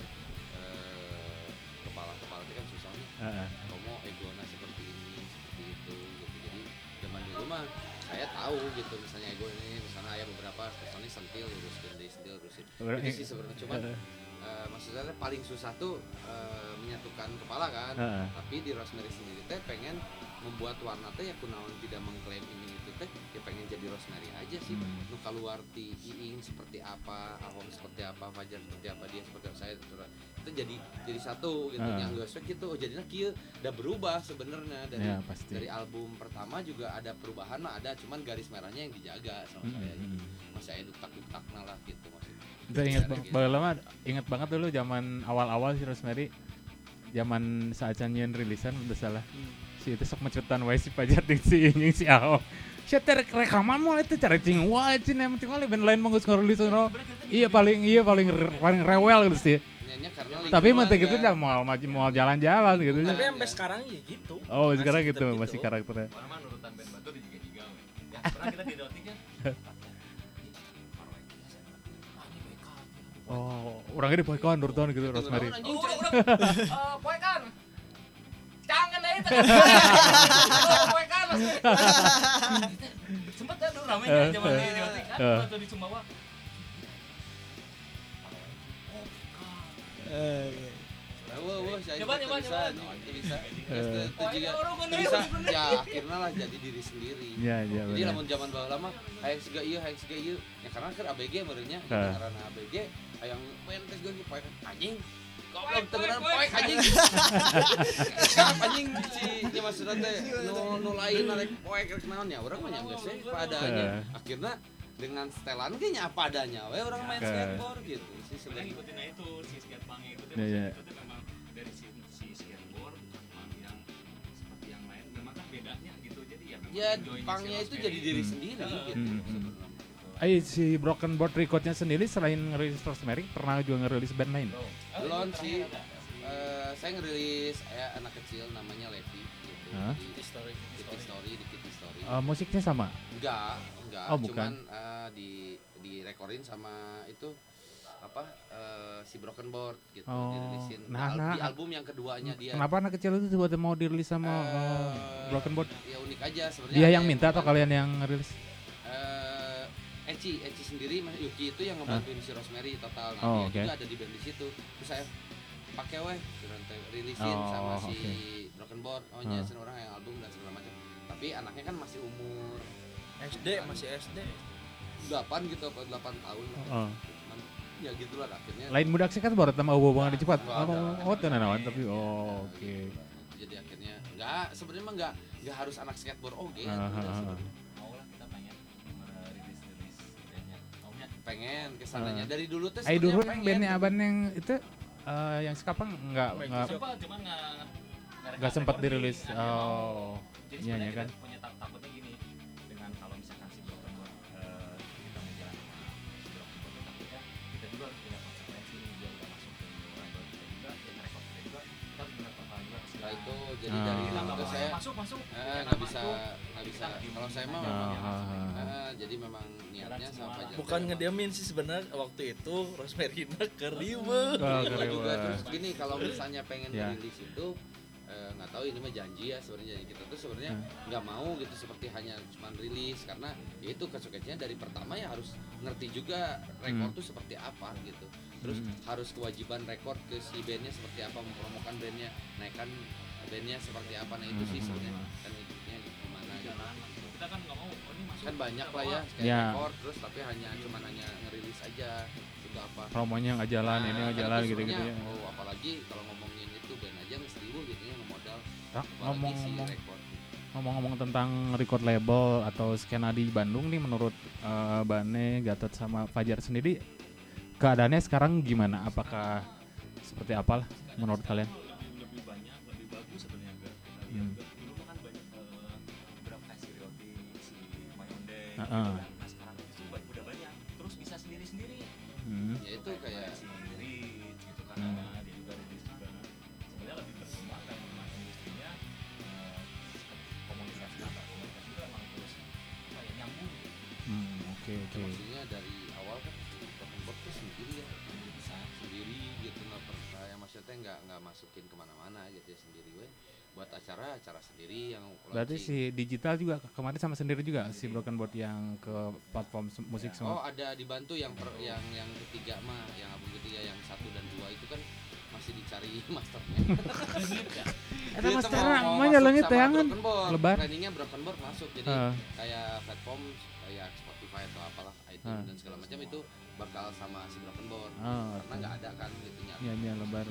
kepala itu kan susah nih. Kamu egona seperti ini, seperti itu gitu. Jadi zaman dulu mah saya tahu gitu misalnya ego ini misalnya ada beberapa personnya sentil urusin. Itu sih sebenarnya cuma maksudnya paling susah tuh menyatukan kepala kan. Tapi di Rosemary sendiri teh pengen membuat warna teh ya kunaon tidak mengklaim ini itu teh ya pengen jadi Rosemary aja sih. Nu keluar ti Iing seperti apa, Ahong seperti apa, Fajar seperti apa, dia seperti apa, saya itu jadi satu gitu. Yang gosok gitu jadinya kieu udah berubah sebenarnya dari album pertama juga ada perubahan mah ada, cuman garis merahnya yang dijaga sama saya gitu. Masih ada duktak-duktakna lah gitu maksudnya. Itu ingat banget dulu zaman awal-awal si Rosemary, zaman saat nyian rilisan udah salah. Si itu sok macetan wae si Fajar jeung si Iing si Ahong. Sia teh rekaman mah itu cara cing wae cing yang penting band lain mah geus ngerilis no. Iya paling rewel gitu sih. Tapi mah gitu dah mau jalan-jalan gitu. Tapi sampai sekarang ya gitu. Oh, sekarang gitu masih karakternya. Orang mah nurutan band batu di jiga-jiga we. Ya, pernah kita di Dotik kan. Oh, orangnya di Poekan nurutan gitu Rosemary. Poekan. Jangan deh itu. Poekan. Sempet kan dulu ramenya zaman di Dotik kan waktu di Sumbawa. Coba. Bisa. Ya akhirnya lah jadi diri sendiri. Jadi lamun zaman baheula mah hayang siga ieu. Ya karena kan ABG merenya karena ABG hayang main tes gue poek anjing. Goblok tegenan poek anjing. Siapa anjing si nya maksudna teh nu lain rek poek rek naon ya urang mah nya geus padanya. Akhirnya dengan setelan kayaknya apa adanya we orang main skateboard gitu sih sebenarnya. Ngikutin itu si skatepunk itu memang dari si skateboard yang seperti yang lain memang kan bedanya gitu. Jadi ya punknya itu jadi diri sendiri gitu sebenarnya. Si Broken Board Recordnya sendiri selain ngerilis Rosemary pernah juga ngerilis band lain? Belum sih. Saya ngerilis anak kecil namanya Levi gitu. Kitty Story. Musiknya sama? Enggak. Oh, bukan. Cuman di recordin sama itu si Broken Board gitu dirilisin. Di album yang keduanya dia. Kenapa anak kecil itu tiba-tiba mau dirilis sama Broken Board? Ya unik aja sebenarnya. Dia yang minta atau kalian yang ngerilis? Eci sendiri, Mas Yuki itu yang ngebantuin si Rosemary total. Nah, dia juga ada di band di situ. Terus saya pakai rilisin sama si Broken Board. Oh nya orang yang album dan segala macam. Tapi anaknya kan masih umur masih SD 8 gitu apa 8 tahun. Cuman ya gitulah akhirnya. Lain budak sih kan baru tambah hubungan cepat. Tenan tapi oke. Jadi akhirnya sebenarnya mah enggak harus anak skateboard pengen kesananya dari dulu tuh dulu yang bandnya Aban yang itu yang Skapang enggak sempat dirilis. Jadi sebenarnya kita punya takutnya gini dengan kalau misalkan si Broken Board kita menjalankan si Broken Board takutnya jadi dari itu saya masuk nggak bisa kalau saya mah memang jadi memang niatnya sama Fajar Bukan ngediamin sih sebenarnya waktu itu Rosemary keriwe. juga terus gini kalau misalnya pengen rilis itu nggak tahu ini mah janji ya sebenarnya kita tuh sebenarnya nggak mau gitu seperti hanya cuma rilis karena ya itu konsekuensinya dari pertama ya harus ngerti juga rekor tuh seperti apa gitu terus harus kewajiban rekor ke si bandnya seperti apa mempromokan bandnya naikkan bandnya seperti apa nah itu sih sebenarnya kan itunya gimana gitu. Kita kan nggak mau ini masuk Kan banyak lah ya kayak rekor terus tapi hanya ngerilis aja itu apa promonya nggak jalan ini nggak jalan gitu-gitu ya. Oh apalagi kalau ngomongin itu band aja nge-1000 gitu ya ngemodal ngomong-ngomong tentang record label atau skena di Bandung nih menurut Bane, Gatot sama Fajar sendiri keadaannya sekarang gimana? Apakah seperti apalah menurut kalian? lebih banyak lebih bagus sebenarnya kita lihat dulu kan banyak beberapa kayak si Rioti si Mayonde nah sekarang itu udah banyak terus bisa sendiri-sendiri ya itu kayak sendiri gitu kan dia juga rilis juga sebenarnya lebih berkembang kan memang industrinya komunikasi antar komunitas juga emang terus nyambung Oke. maksudnya dari awal kan Broken Board tuh sendiri ya bisa sendiri gitu nggak percaya maksudnya nggak masukin kemana-mana gitu ya sendiri buat acara sendiri yang berarti si digital juga kemarin sama sendiri juga si Broken Board yang ke platform musik semua. Oh ada dibantu yang ketiga mah yang album ketiga yang 1 dan 2 itu kan masih dicari masternya. Ada master namanya langit tayangan lebar. Planningnya Broken Board masuk jadi kayak platform kayak Spotify atau apalah iTunes dan segala macam itu bakal sama si Broken Board karena nggak ada kan gitunya. Iya lebar.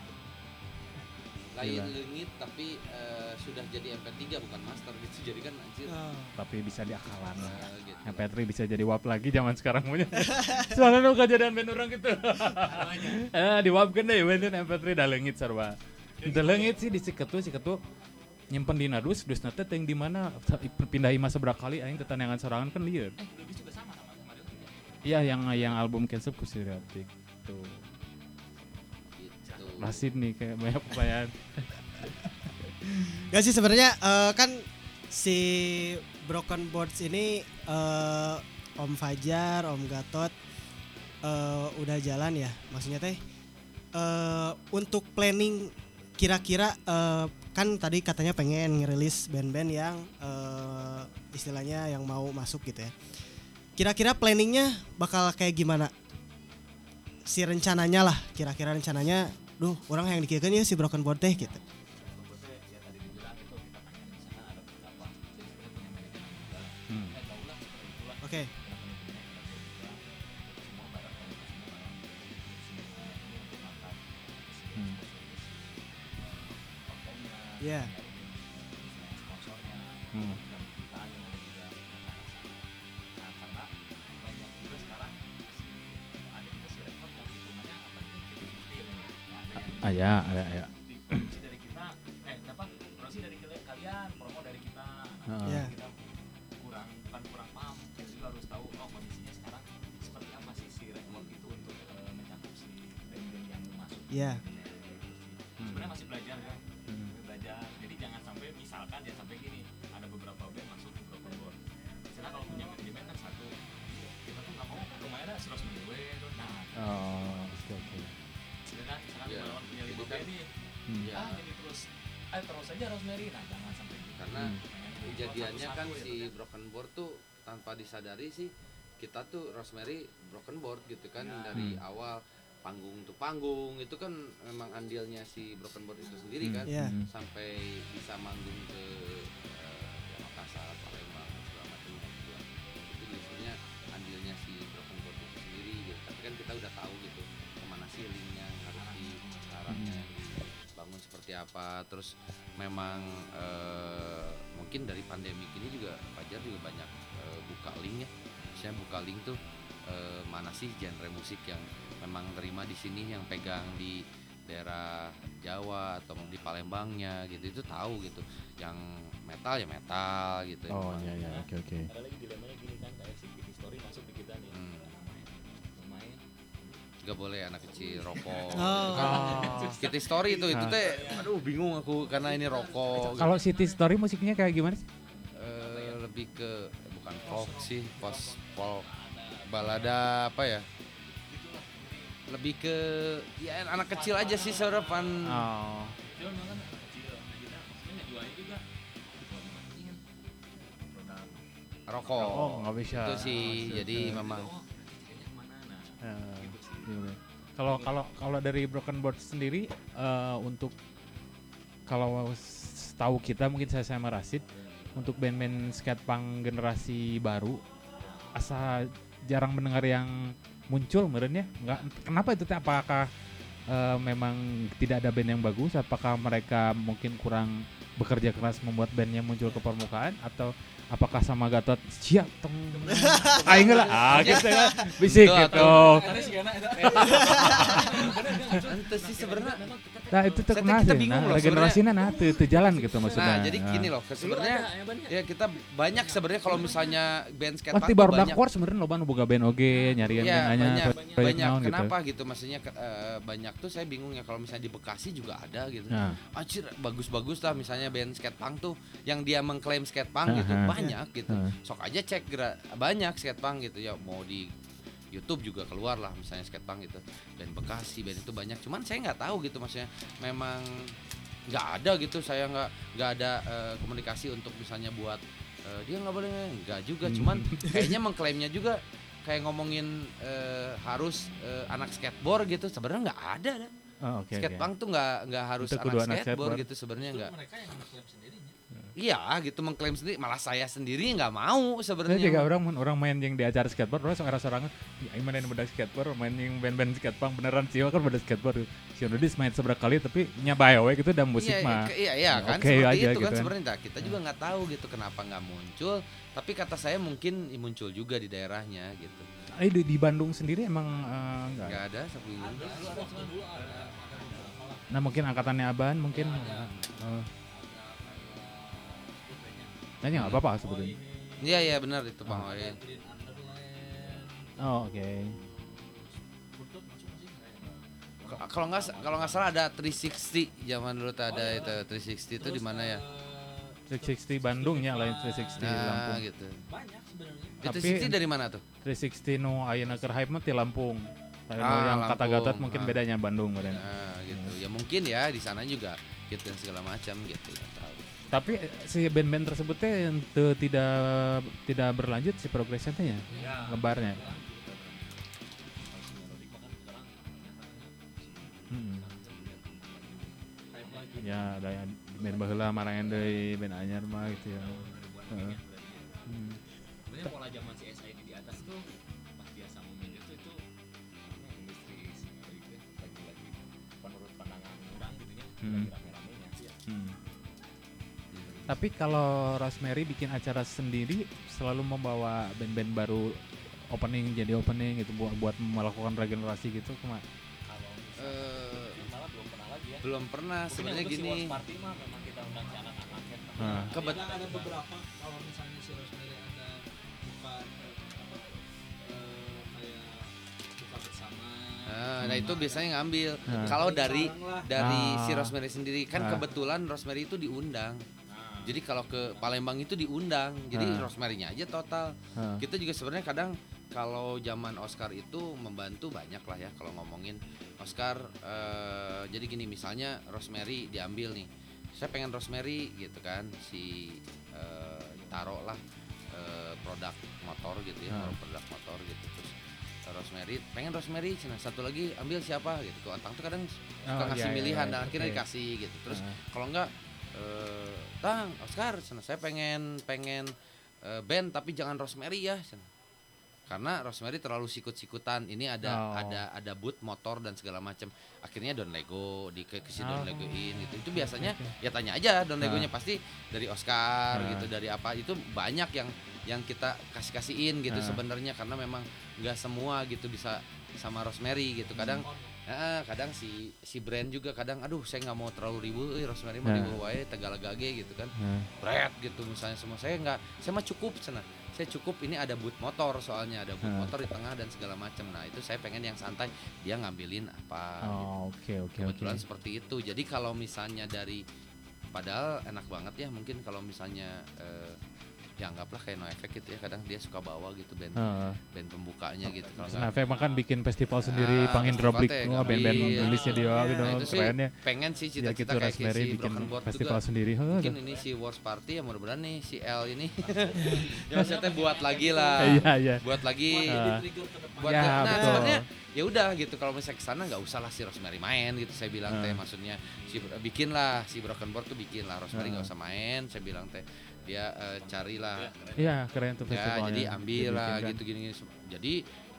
Lain langit tapi sudah jadi MP3 bukan master gitu jadi kan anjir. Tapi bisa diakalan gitu. MP3 bisa jadi WAP lagi zaman sekarang punya. Soalnya nu kejadian band orang gitu. Di WAP kan deh band MP3 da leungit sarua. Da leungit sih di si ketu nyimpen di dus nate teh di mana pindah imah seberapa kali aing tetanyangan sorangan kan lieur. Lubis juga sama Iya yang album Cancel ku si Riotik tuh. Rasid nih kayak banyak pertanyaan. Gak sih sebenarnya kan si Broken Boards ini Om Fajar, Om Gatot udah jalan ya. Maksudnya teh untuk planning kira-kira kan tadi katanya pengen ngerilis band-band yang istilahnya yang mau masuk gitu ya. Kira-kira planningnya bakal kayak gimana? Si rencananya lah, kira-kira rencananya orang yang dikirakan ya si Broken Board teh gitu. Oke. Ya. Ya. Promosi dari kita, promosi dari kalian, promo dari kita. Kita bukan kurang paham, kita juga harus tahu kondisinya sekarang seperti apa sih si rekor itu untuk mencakup si band-band yang masuk. Iya. Sebenarnya masih belajar kan, belajar. Jadi jangan sampai misalkan sampai gini, ada beberapa band masuk ke Broken Board. Misalnya kalau punya manajemen kan satu, kita tuh nggak mau kemana terus menjual. Oke. Misalkan melawan punya 5 band nih, jadi terus aja Rosemary, nah jangan sampai gitu. Karena kejadiannya kan si Broken Board tuh tanpa disadari sih kita tuh Rosemary Broken Board gitu kan dari awal panggung tuh panggung itu kan memang andilnya si Broken Board itu sendiri kan sampai bisa manggung ke Makassar, Palembang segala macam itu biasanya andilnya si Broken Board itu sendiri gitu. Tapi kan kita udah tahu gitu kemana sih linknya harus arahnya dibangun seperti apa terus memang mungkin dari pandemi ini juga Fajar juga banyak buka link ya saya buka link tuh mana sih genre musik yang memang terima di sini yang pegang di daerah Jawa atau di Palembangnya gitu itu tahu gitu yang metal ya metal gitu iya oke ada lagi dilemanya gini kan kayak si History masuk di kita nih lumayan gak boleh anak kecil rokok. Oh. City Story itu teh, aduh bingung aku karena ini rokok. Kalau City Story musiknya kayak gimana sih? Lebih ke bukan folk sih, post folk balada apa ya? Lebih ke ya anak kecil aja sih sarapan. Oh. Rokok. Oh, nggak bisa. Itu sih, jadi memang. Kalau dari Broken Board sendiri untuk kalau tahu kita mungkin saya sama Rasid untuk band-band skatepunk generasi baru asa jarang mendengar yang muncul merenya nggak kenapa itu teh apakah memang tidak ada band yang bagus apakah mereka mungkin kurang bekerja keras membuat bandnya muncul ke permukaan atau apakah sama Gatot siap tong aing lah gitu kan bisik gitu. Ente sih sebenarnya. Nah itu tuh kenapa sih? Nah regenerasinya nah itu jalan gitu maksudnya. Nah jadi gini loh, sebenarnya ya kita banyak sebenarnya kalau misalnya band skate pasti baru Dark Horse sebenarnya loba nu boga band oge nyarian ya, band banyak kenapa gitu maksudnya banyak tuh saya bingung ya kalau misalnya di Bekasi juga ada gitu. Anjir bagus-bagus lah misalnya band skatepunk tuh yang dia mengklaim skatepunk gitu banyak gitu. Sok aja cek banyak skatepunk gitu ya mau di YouTube juga keluar lah misalnya skatepunk gitu band Bekasi band itu banyak cuman saya nggak tahu gitu maksudnya memang nggak ada gitu saya nggak ada komunikasi untuk misalnya buat dia nggak boleh nggak juga cuman kayaknya mengklaimnya juga kayak ngomongin harus anak skateboard gitu sebenarnya nggak ada kan. Skatepunk tuh nggak harus anak skateboard gitu sebenarnya nggak. Iya gitu mengklaim sendiri malah saya sendiri nggak mau sebenarnya. Juga orang main yang di acara skateboard orang sorangan ya main bedak skateboard main yang band-band skatepunk beneran sih kan bedak skateboard si Nudis main seberapa kali tapi nyabai we gitu dan musik mah. Iya kan okay seperti aja, itu gitu kan sebenarnya kita juga nggak tahu gitu kenapa nggak muncul tapi kata saya mungkin muncul juga di daerahnya gitu. Di Bandung sendiri emang nggak ada sapi. Nah mungkin angkatannya Aban mungkin. Nanya nggak apa-apa sebetulnya. Iya benar itu Bang Oin. Oh oke. Kalau nggak salah ada 360 zaman dulu ada itu 360 itu di mana ya? 360 Bandung ya lain 360 Lampung. Gitu. Banyak sebenarnya. Itu 360 dari mana tuh? 360 nu ayeuna keur hype mah ti Lampung. Yang kata Gatot mungkin bedanya Bandung badan. Gitu. Ya mungkin ya di sana juga gitu segala macam gitu ya tahu. Tapi si band-band tersebut teh tidak berlanjut si progresnya ya. Lebarnya. Ya ada yang band baheula marangan deui band anyar mah gitu ya. Sebenarnya pola zaman si SI di atas tuh pas dia sama Media tuh itu industri itu lagi menurut pandangan orang gitu ya lagi rame-ramenya ya. Tapi kalau Rosemary bikin acara sendiri selalu membawa band-band baru opening jadi opening gitu buat melakukan regenerasi gitu kemana? Malah belum pernah lagi ya. Belum pernah sebenarnya gini. Party mah memang kita undang si anak-anak ya. Ada beberapa kalau misalnya si Rosemary ada buka kayak buka bersama. Nah itu biasanya ngambil. Kalau dari si Rosemary sendiri kan kebetulan Rosemary itu diundang. Jadi kalau ke Palembang itu diundang, jadi Rosemary-nya aja total. Kita juga sebenarnya kadang kalau zaman Oscar itu membantu banyak lah ya kalau ngomongin Oscar. Jadi gini misalnya Rosemary diambil nih, saya pengen Rosemary gitu kan, taruh lah produk motor gitu ya, produk motor gitu terus. Rosemary, pengen Rosemary, satu lagi ambil siapa gitu. Tuh Antang tuh kadang suka ngasih pilihan dan akhirnya dikasih gitu. Terus kalau enggak Tang, Oscar, saya pengen band tapi jangan Rosemary ya. Karena Rosemary terlalu sikut-sikutan. Ini ada boot motor dan segala macam. Akhirnya Don Lego Don Legoin gitu. Itu biasanya ya tanya aja Don Legonya pasti dari Oscar gitu, dari apa itu banyak yang kita kasihin gitu sebenarnya karena memang nggak semua gitu bisa sama Rosemary gitu. Kadang si brand juga kadang aduh saya nggak mau terlalu ribut Rosemary mah ribu wae Tegal Gage gitu kan berat gitu misalnya semua saya mah cukup sana saya cukup ini ada boot motor, soalnya ada boot motor di tengah dan segala macam. Nah itu saya pengen yang santai, dia ngambilin apa. Oke. Kebetulan seperti itu. Jadi kalau misalnya padahal enak banget ya, mungkin kalau misalnya ya anggaplah kayak No Effect gitu ya, kadang dia suka bawa gitu band pembukanya gitu. Kalau No Effect makan bikin festival sendiri, pangin Droplik, band-band rilisnya dia gitu. Nah, itu kerennya. Pengen sih cita-cita gitu, kayak Rosemary si bikin Broken Board festival juga. sendiri. Mungkin ini si Wars Party ya, mudah-mudahan nih si L ini ya maksudnya buat lagi lah. Iya. Buat lagi buat ya, nah betul. sebenarnya ya udah gitu, kalau misalnya kesana nggak usah lah si Rosemary main gitu, saya bilang teh, maksudnya bikin lah si Broken Board tuh bikin lah, Rosemary nggak usah main, saya bilang teh, dia carilah. Iya, keren tuh Ya festivalnya. jadi ambil lah Dibikin, kan. gitu gini. Jadi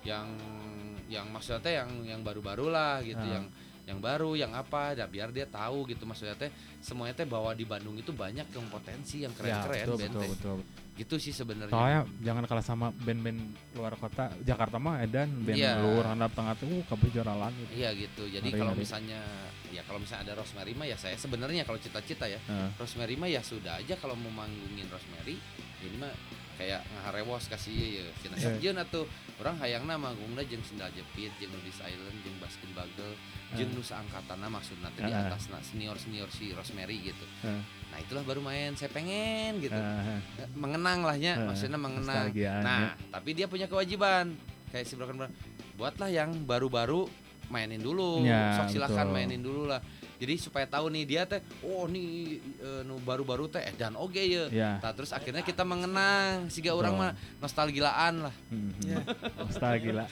yang maksudnya teh yang baru-baru lah gitu, yang baru, yang apa, biar dia tahu gitu, maksudnya teh semuanya teh bahwa di Bandung itu banyak yang potensi, yang keren-keren band teh. Betul. Gitu sih sebenarnya. Soalnya jangan kalah sama band-band luar kota. Jakarta mah edan band luar handap tengah tuh kabeh juara gitu. Iya gitu. Jadi kalau misalnya ada Rosemary mah ya, saya sebenarnya kalau cita-cita ya, Rosemary mah ya sudah aja, kalau mau manggungin Rosemary ini mah kayak ngaharewos kasih ya cina sabjeun atuh urang hayangna manggungna jeung Sendal Jepit, jeung Nudis Island, jeung Baskin Bagel, jeung Nusa Angkatana maksudna teh di atasna senior si Rosemary gitu. Nah itulah baru main, saya pengen gitu mengenang lahnya, maksudnya mengenang. Nah tapi dia punya kewajiban kayak si Broken Board, buatlah yang baru-baru mainin dulu, sok silakan mainin dulu lah. Jadi supaya tahu nih dia teh, nih nu baru-baru teh dan oge ya. Nah, terus akhirnya kita mengenang, siga orang mah nostalgilaan lah. Nostalgia.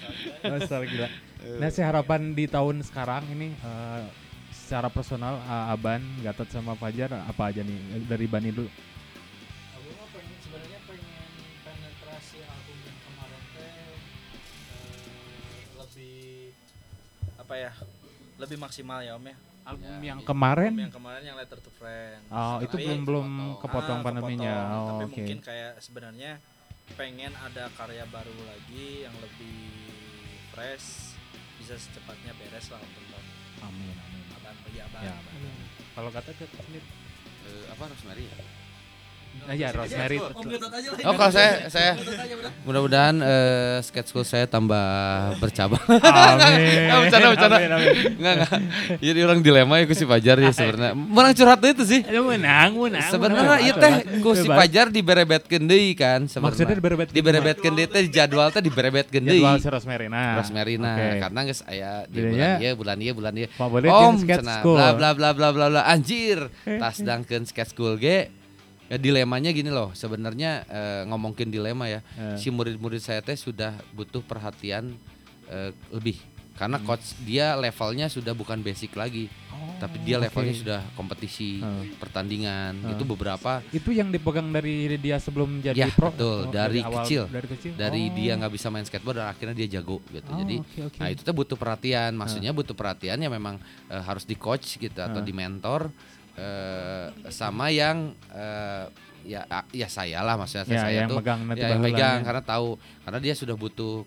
Nah, si harapan di tahun sekarang ini secara personal Aban, Gatot sama Fajar apa aja nih dari Bani dulu? Aku mah sebenarnya pengen penetrasi album yang kemarin teh lebih maksimal ya Om ya. Album yang kemarin yang Letter to Friends. Oh, itu belum kepotong pandeminya. Tapi mungkin kayak sebenarnya pengen ada karya baru lagi yang lebih fresh, bisa secepatnya beres lah untuk Amin. Aban bagi Aban. Ya, kalau kata sendiri Apa Rosemary ya? Ya Rosemary. Oh kalau saya mudah-mudahan sketch school saya tambah bercabang. Amin. Bercanda. Enggak. Jadi orang dilema ya ku si Fajar ya sebenarnya. Menang curhat itu sih. Menang. Sebenarnya ieu teh ku si Fajar diberebetkeun deui kan sebenarnya. Maksudnya diberebetkeun deui teh jadwal teh diberebetkeun deui. Jadwal si Rosemary nah. Karena geus aya di bulan ieu. Om sketch school. Bla anjir. Tas dangkeun sketch school ge. Ya dilemanya gini loh, sebenarnya ngomongin dilema ya, si murid-murid saya teh sudah butuh perhatian lebih, karena coach dia levelnya sudah bukan basic lagi, tapi dia levelnya sudah kompetisi, pertandingan, itu beberapa. Itu yang dipegang dari dia sebelum jadi ya, pro? Betul, dari kecil, dari dia nggak bisa main skateboard dan akhirnya dia jago gitu, jadi nah itu tuh butuh perhatian, maksudnya butuh perhatian ya memang harus di coach gitu atau di mentor. Sama yang ya saya lah, maksudnya saya yang tuh yang megang karena tahu, karena dia sudah butuh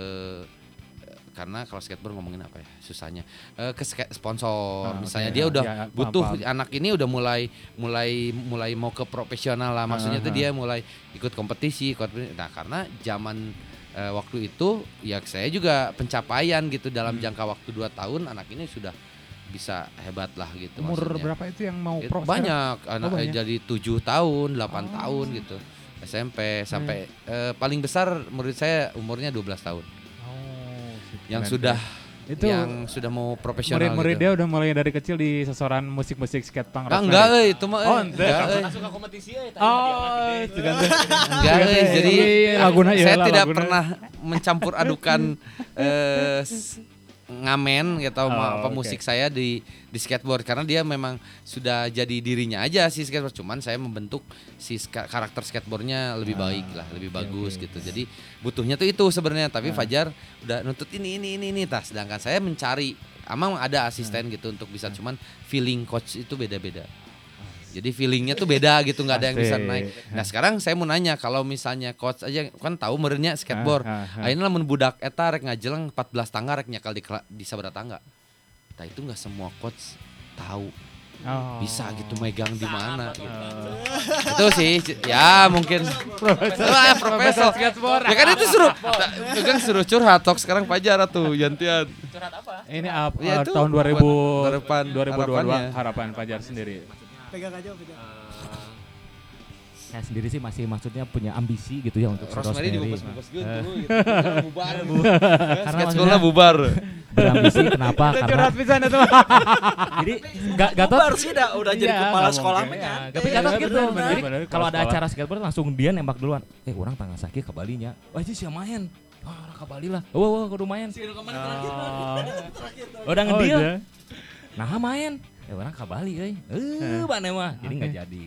karena kalau skateboard ngomongin apa ya susahnya ke sponsor misalnya dia udah butuh paham. Anak ini udah mulai mau ke profesional lah, maksudnya tuh dia mulai ikut kompetisi. Nah karena zaman waktu itu ya saya juga pencapaian gitu dalam jangka waktu 2 tahun anak ini sudah bisa hebat lah gitu. Umur maksudnya. Berapa itu yang mau pro? Banyak, anak jadi 7 tahun, 8 tahun gitu. SMP sampai paling besar murid saya umurnya 12 tahun. Yang sudah itu yang sudah mau profesional. Murid-murid gitu. dia udah mulai dari kecil di sasaran musik-musik skate punk. Enggak, itu mah enggak suka kompetisi ya itu kan. Enggak, jadi saya tidak pernah mencampur adukan ngamen gitu pemusik saya di skateboard, karena dia memang sudah jadi dirinya aja si skateboard, cuman saya membentuk si karakter skateboardnya lebih baik lah, lebih bagus gitu. Jadi butuhnya tuh itu sebenarnya, tapi Fajar udah nuntut ini sedangkan saya mencari emang ada asisten gitu untuk bisa, cuman feeling coach itu beda-beda. Jadi feelingnya tuh beda gitu, nggak ada yang bisa naik. Nah sekarang saya mau nanya, kalau misalnya coach aja kan tahu merenya skateboard, ayeuna lamun budak eta rek ngajeleng 14 tangga rek nyakal di sabaraha tangga. Nah itu nggak semua coach tahu bisa gitu megang di mana gitu. Itu sih ya mungkin profesor skateboard. Ya kan itu suruh curhat tok sekarang Fajar tuh gantian. Curhat apa? Ini Ya itu, tahun 2022 harapannya. harapan Fajar sendiri. Pegang aja, pegang. Saya sendiri sih masih maksudnya punya ambisi gitu ya untuk Rosemary Rosemary. dibungkus dulu gitu. Bubar. Karena Skateboardnya bubar. Berambisi kenapa? Karena pisan itu. jadi Gatot Bubar sih dah udah jadi Iya, kepala nggak sekolah mungkin. mah. tapi Gatot gitu. bener, Jadi bener. kalau ada Sekolah. acara skateboard langsung dia nembak duluan. Orang tanggal sakit ke Balinya. Wah, itu siapa main? Wah, ke Bali lah. Wah, kudu main. Udah ngedeal. iya. Nah, main. Orang ke Bali mana mah. Jadi enggak jadi.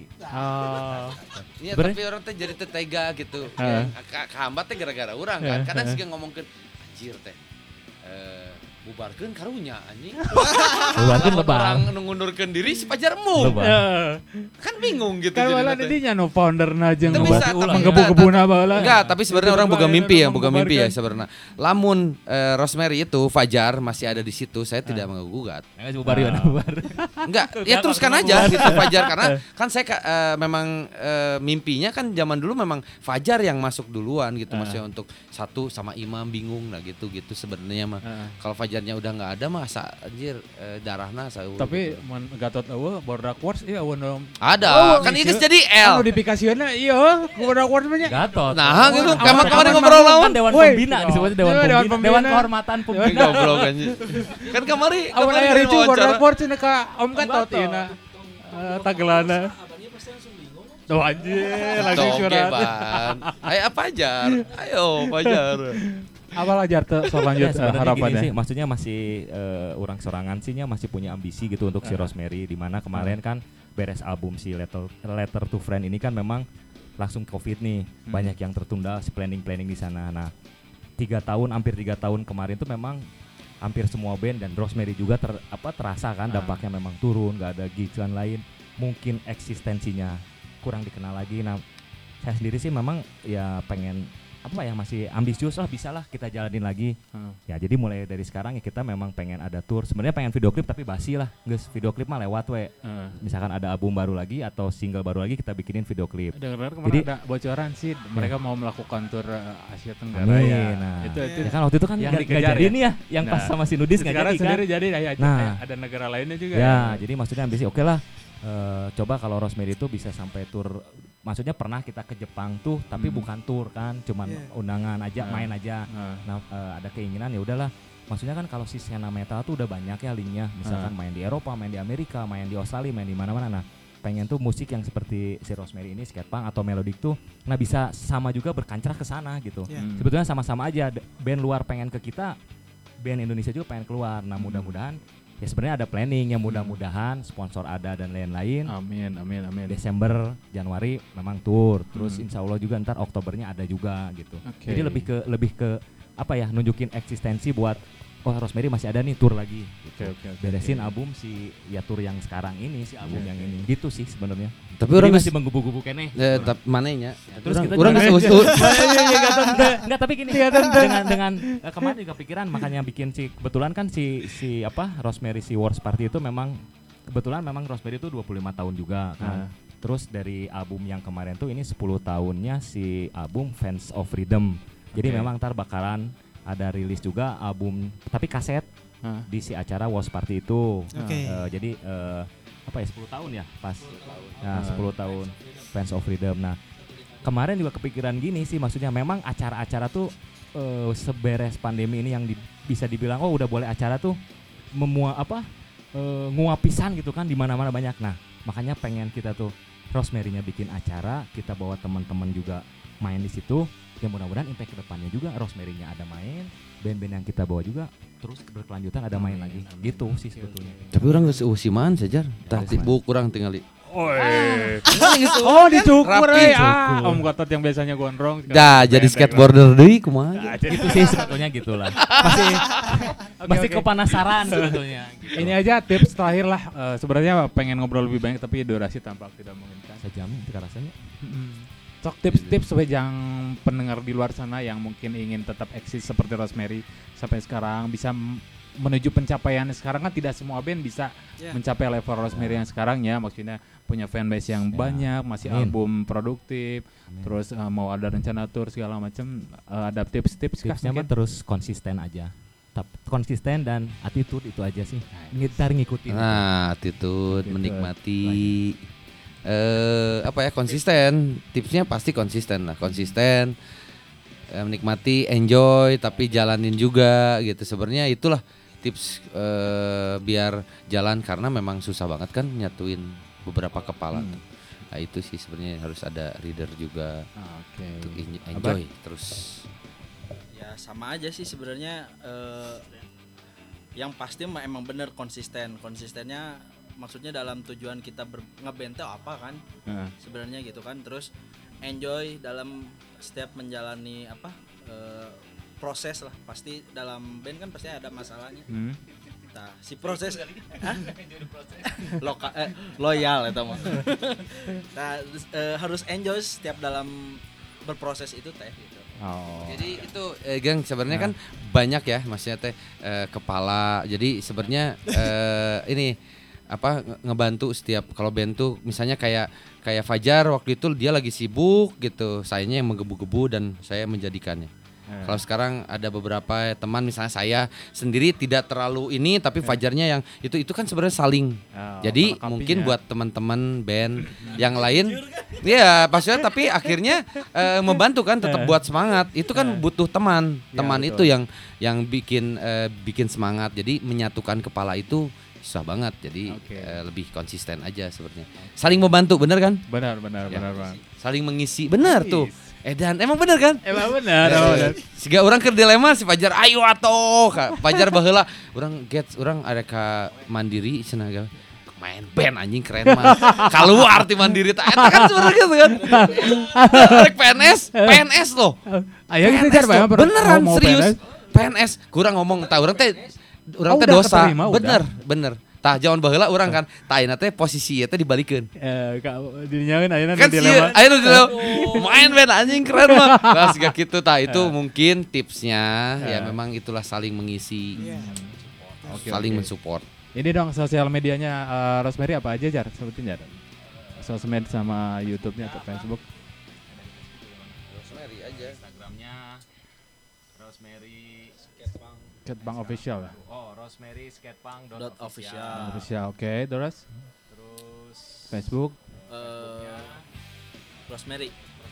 Iya Bener. tapi orang teh jadi tega gitu. Kehambat teh gara-gara orang kan. Kadang sih ngomongkeun anjir teh. Bubarkeun karunya anjing. Bubarkeun lebal. Orang ngundurkeun diri si Fajar mu. Lebal. Kan bingung gitu Kan malah teh. didinya no founder-na jeung Itu bisa, tapi menggebu-gebuna baheula. Enggak, tapi sebenarnya orang boga mimpi ya Membubarkan. sebenarnya. Lamun Rosemary itu Fajar masih ada di situ, saya tidak menggugat. Enggak bubar ya, bubar. Enggak, ya teruskan aja gitu Fajar karena kan saya memang mimpinya kan zaman dulu memang Fajar yang masuk duluan gitu maksudnya untuk satu sama Imam bingung lah gitu sebenarnya mah. Kalau Fajarnya udah nggak ada mah anjir darahna saeueuh. Tapi gitu. mun Gatot eueuh Boardwalk Wars ieu eueuh Ada, kan ini jadi L. notifikasinya iya Boardwalk Wars mah nya. Gatot. Nah, gitu. Kapan Kemarin ngobrol lawan. Dewan Woi. Pembina disebutnya Dewan Dewan Pembina. Pembina. Dewan Kehormatan Pembina. Goblok anjir. Kan kemarin Awan aya ricu wawancara. Boardwalk Wars cenah ka Om Gatot ieu tagelana. Tuh anjir lagi Toge, curhat. Ban. Ayo Fajar. Ayo Fajar. Apa ajar tuh soal lanjut Ya, sebenarnya gini harapannya. sih, maksudnya masih orang sorangan sihnya masih punya ambisi gitu untuk si Rosemary, di mana kemarin kan beres album si Letter to Friend ini kan memang langsung Covid nih, banyak yang tertunda si planning di sana. Nah, hampir 3 tahun kemarin tuh memang hampir semua band dan Rosemary juga terasa kan dampaknya memang turun, nggak ada gigs dan lain, mungkin eksistensinya kurang dikenal lagi. Nah, saya sendiri sih memang ya pengen masih ambisius lah, bisa lah kita jalanin lagi. Ya jadi mulai dari sekarang ya kita memang pengen ada tour. Sebenarnya pengen video klip tapi basi lah. Guys, video klip mah lewat we. Misalkan ada album baru lagi atau single baru lagi kita bikinin video klip. Dengar kemarin Jadi ada bocoran sih mereka mau melakukan tur Asia Tenggara Amin, ya. nah. Itu Ya kan waktu itu kan yang nggak dikejar jadi ya? nih yang pas Nah, sama si Nudis nggak sekarang jadi kan. sendiri jadi Nah. ada negara lainnya juga. Ya, jadi maksudnya ambisi oke lah. Coba kalau Rosemary itu bisa sampai tur, maksudnya pernah kita ke Jepang tuh tapi bukan tur kan, cuman undangan aja, main aja. Nah, ada keinginan ya udahlah. Maksudnya kan kalau si skena metal tuh udah banyak ya linknya, misalkan main di Eropa, main di Amerika, main di Australia, main di mana-mana. Nah, pengen tuh musik yang seperti si Rosemary ini, skatepunk atau melodic tuh, nah bisa sama juga berkancah ke sana gitu. Sebetulnya sama-sama aja, band luar pengen ke kita, band Indonesia juga pengen keluar. Nah, mudah-mudahan ya sebenarnya ada planning yang mudah-mudahan sponsor ada dan lain-lain. Amin. Desember, Januari memang tour. Terus insya Allah juga ntar Oktobernya ada juga gitu. Oke. Jadi lebih ke nunjukin eksistensi buat Rosemary masih ada nih tour lagi. Gitu. Oke. Beresin album si tour yang sekarang ini, si album yang ini. Gitu sih sebenarnya. Tapi Jadi orang masih menggebu-gebu kene. mananya. Terus kita Orang juga- geus Enggak, tapi gini. dengan kemarin juga pikiran makanya bikin kebetulan kan si Rosemary si Wars Party itu memang kebetulan memang Rosemary itu 25 tahun juga kan. Terus dari album yang kemarin tuh ini 10 tahunnya si album Fans of Freedom. Jadi memang ntar bakalan ada rilis juga album tapi kaset di si acara Wars Party itu. Jadi 10 tahun ya pas. Nah, 10 tahun Fans of Freedom. Nah, kemarin juga kepikiran gini sih, maksudnya memang acara-acara tuh seberes pandemi ini yang bisa dibilang udah boleh acara tuh nguapisan gitu kan di mana-mana banyak. Nah, makanya pengen kita tuh Rosemary-nya bikin acara, kita bawa teman-teman juga main di situ. Ya mudah-mudahan impact ke depannya juga Rosemary-nya ada main, band-band yang kita bawa juga terus berkelanjutan ada main lagi. Gitu sih sebetulnya. Tapi orang geus usiman saja. Tah bu kurang tinggal Oh dicukur Rapi, Om Gatot yang biasanya gondrong. dah jadi skateboarder deui kumaha. Itu sih sebetulnya gitulah. Masih kepanasaran sebetulnya. Gitu. Ini aja tips terakhir lah. Sebenarnya pengen ngobrol lebih banyak tapi durasi tampak tidak memungkinkan. Sejam itu rasanya. Sok tips-tips supaya yang pendengar di luar sana yang mungkin ingin tetap eksis seperti Rosemary sampai sekarang bisa menuju pencapaian sekarang kan tidak semua band bisa mencapai level Rosemary yang sekarang ya, maksudnya punya fanbase yang banyak, masih album produktif, terus mau ada rencana tour segala macam, ada tips-tips kah? Tipsnya mah terus konsisten aja. Konsisten dan attitude itu aja sih. Cari ngikutin. Nah, attitude, menikmati konsisten. Tipsnya pasti konsisten lah, konsisten. Menikmati, enjoy, tapi jalanin juga gitu. Sebenarnya itulah tips biar jalan, karena memang susah banget kan nyatuin beberapa kepala. Nah, itu sih sebenarnya harus ada leader juga untuk enjoy terus. Ya sama aja sih sebenarnya, yang pasti emang bener konsistennya maksudnya dalam tujuan kita ngeband apa kan sebenarnya gitu kan, terus enjoy dalam setiap menjalani proses lah, pasti dalam band kan pasti ada masalahnya. Nah, si proses loyal itu mah. Nah, harus enjoy setiap dalam berproses itu teh gitu. Jadi itu Gang sebenarnya kan banyak ya maksudnya teh kepala. Jadi sebenarnya ini ngebantu setiap kalau band tuh misalnya kayak Fajar waktu itu dia lagi sibuk gitu, sayanya yang menggebu-gebu dan saya menjadikannya. Kalau sekarang ada beberapa teman, misalnya saya sendiri tidak terlalu ini, tapi Fajarnya yang itu kan sebenarnya saling. Jadi mungkin buat teman-teman band yang lain, ya pastinya, tapi akhirnya membantu kan, tetap buat semangat. Itu kan butuh teman itu yang bikin semangat. Jadi menyatukan kepala itu susah banget. Jadi lebih konsisten aja sebenarnya. Saling membantu, bener kan? Benar Bang. Saling mengisi, benar tuh. Dan emang bener kan? Emang bener. Siga orang keur dilema si Fajar ayo atoh. Fajar baheula urang ada ka Mandiri cenah main band anjing keren mah. Keluar ti Mandiri teh eta kan sebenarnya gitu kan. Rek PNS loh. Aya gitu jar Bang. Beneran serius. PNS kurang ngomong tah urang teh dosa. Bener. Tah jaman baheula urang kan, tah ayeuna teh posisi eta dibalikeun. Dinyaeun ayeuna kan dilema. Ayeuna dilema. Main band anjing keren mah. Nah, siga kitu tah itu mungkin tipsnya ya memang itulah saling mengisi. Saling mensupport. Ini dong sosial medianya Rosemary apa aja Jar? Sebutin Jar. Sosmed sama YouTube-nya atau Facebook. Rosemary aja. Instagramnya Rosemary Skatepunk official lah. Rosemary skatepunk.official. Official, oke. Terus Facebook Rosemary.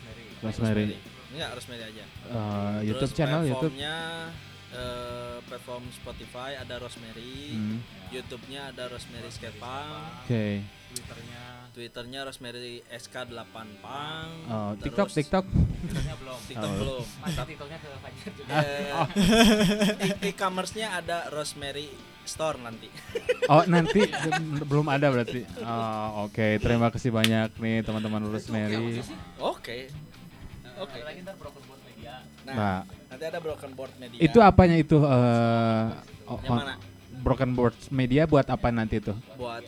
Enggak, Rosemary aja. YouTube channel YouTube. Platformnya platform Spotify ada Rosemary. YouTube-nya ada Rosemary Skatepunk. Oke. Twitternya Rosemary SK8Punk. TikTok. TikToknya belum. TikToknya ke Fajar juga. E-commerce-nya ada Rosemary Store nanti. Nanti belum ada berarti. Oke. Terima kasih banyak nih teman-teman Rosemary. Oke. Lagi ntar Broken Board Media. Nah, nanti ada Broken Board Media. Itu apanya itu? Yang mana? Broken Board Media buat apa nanti itu? Buat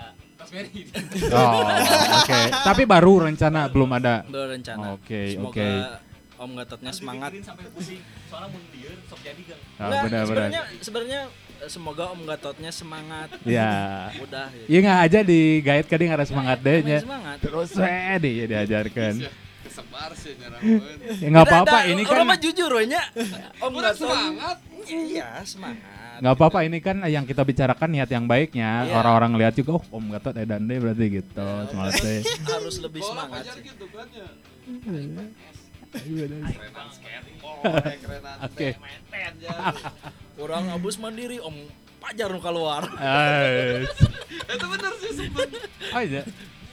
Oke. Tapi baru rencana belum ada. Belum rencana. Oke. Om Gatotnya semangat. Sampai pusing. Soalnya mun dieu sok jadi Gang. Benar. Sebenarnya semoga Om Gatotnya semangat. Ya. Udah gitu. Iya enggak aja digait ka dia semangat deh nya. Terus diajarkan. Kesebar sih nyaramun. Ya enggak apa-apa ini kan. Orang mah jujur we nya. Om Gatot semangat. Iya, semangat. Nggak apa-apa, ini kan yang kita bicarakan niat yang baiknya. Orang-orang lihat juga, Om Gatot edan deh berarti gitu. Semangat deh. Harus lebih semangat sih. Gitu kan ya. Oke. Kurang abus mandiri Om Fajar nu keluar. Itu bener sih sempet. Aja.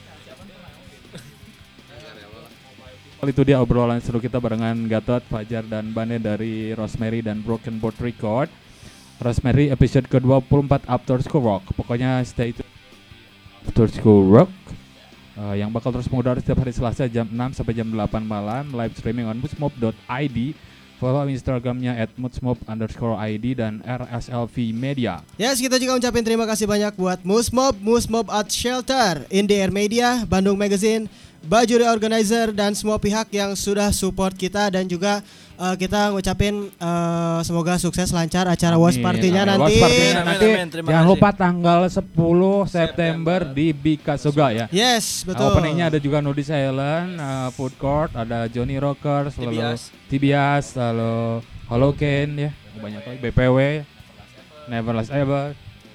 Itu dia obrolan seru kita barengan Gatot, Fajar, dan Bane dari Rosemary dan Broken Board Record. Rosemary episode ke-24 After School Rock. Pokoknya stay tune After School Rock yang bakal terus mengudara setiap hari Selasa jam 6 sampai jam 8 malam. Live streaming on mutsmob.id. Follow Instagramnya @mutsmob_id dan RSLV Media. Yes, kita juga ucapin terima kasih banyak buat Musmob Art Shelter, In The Air Media, Bandung Magazine, Bajuri Organizer dan semua pihak yang sudah support kita dan juga kita ngucapin semoga sukses lancar acara Watch Party-nya nanti. Watch Party-nya nanti. Terima Jangan kasih. lupa tanggal 10 September di Bika Soga ya. Yes, betul. Openingnya ada juga Nudis Island, Food Court, ada Johnny Rockers, lalu Tibias, lalu Holocaine ya, banyak lagi BPW, Never Last Ever,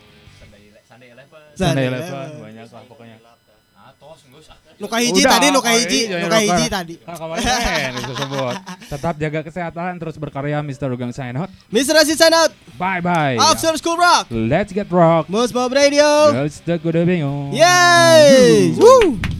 Sunday Eleven, banyak lah pokoknya. Nuka hiji tadi. Kemarin itu sebut. Tetap jaga kesehatan, terus berkarya, Mr. Ugeng sign out. Mr. Rashid sign out. Bye. After School Rock. Let's get rock. Most Mob Radio. Let's the good bingung. Yay! Woo!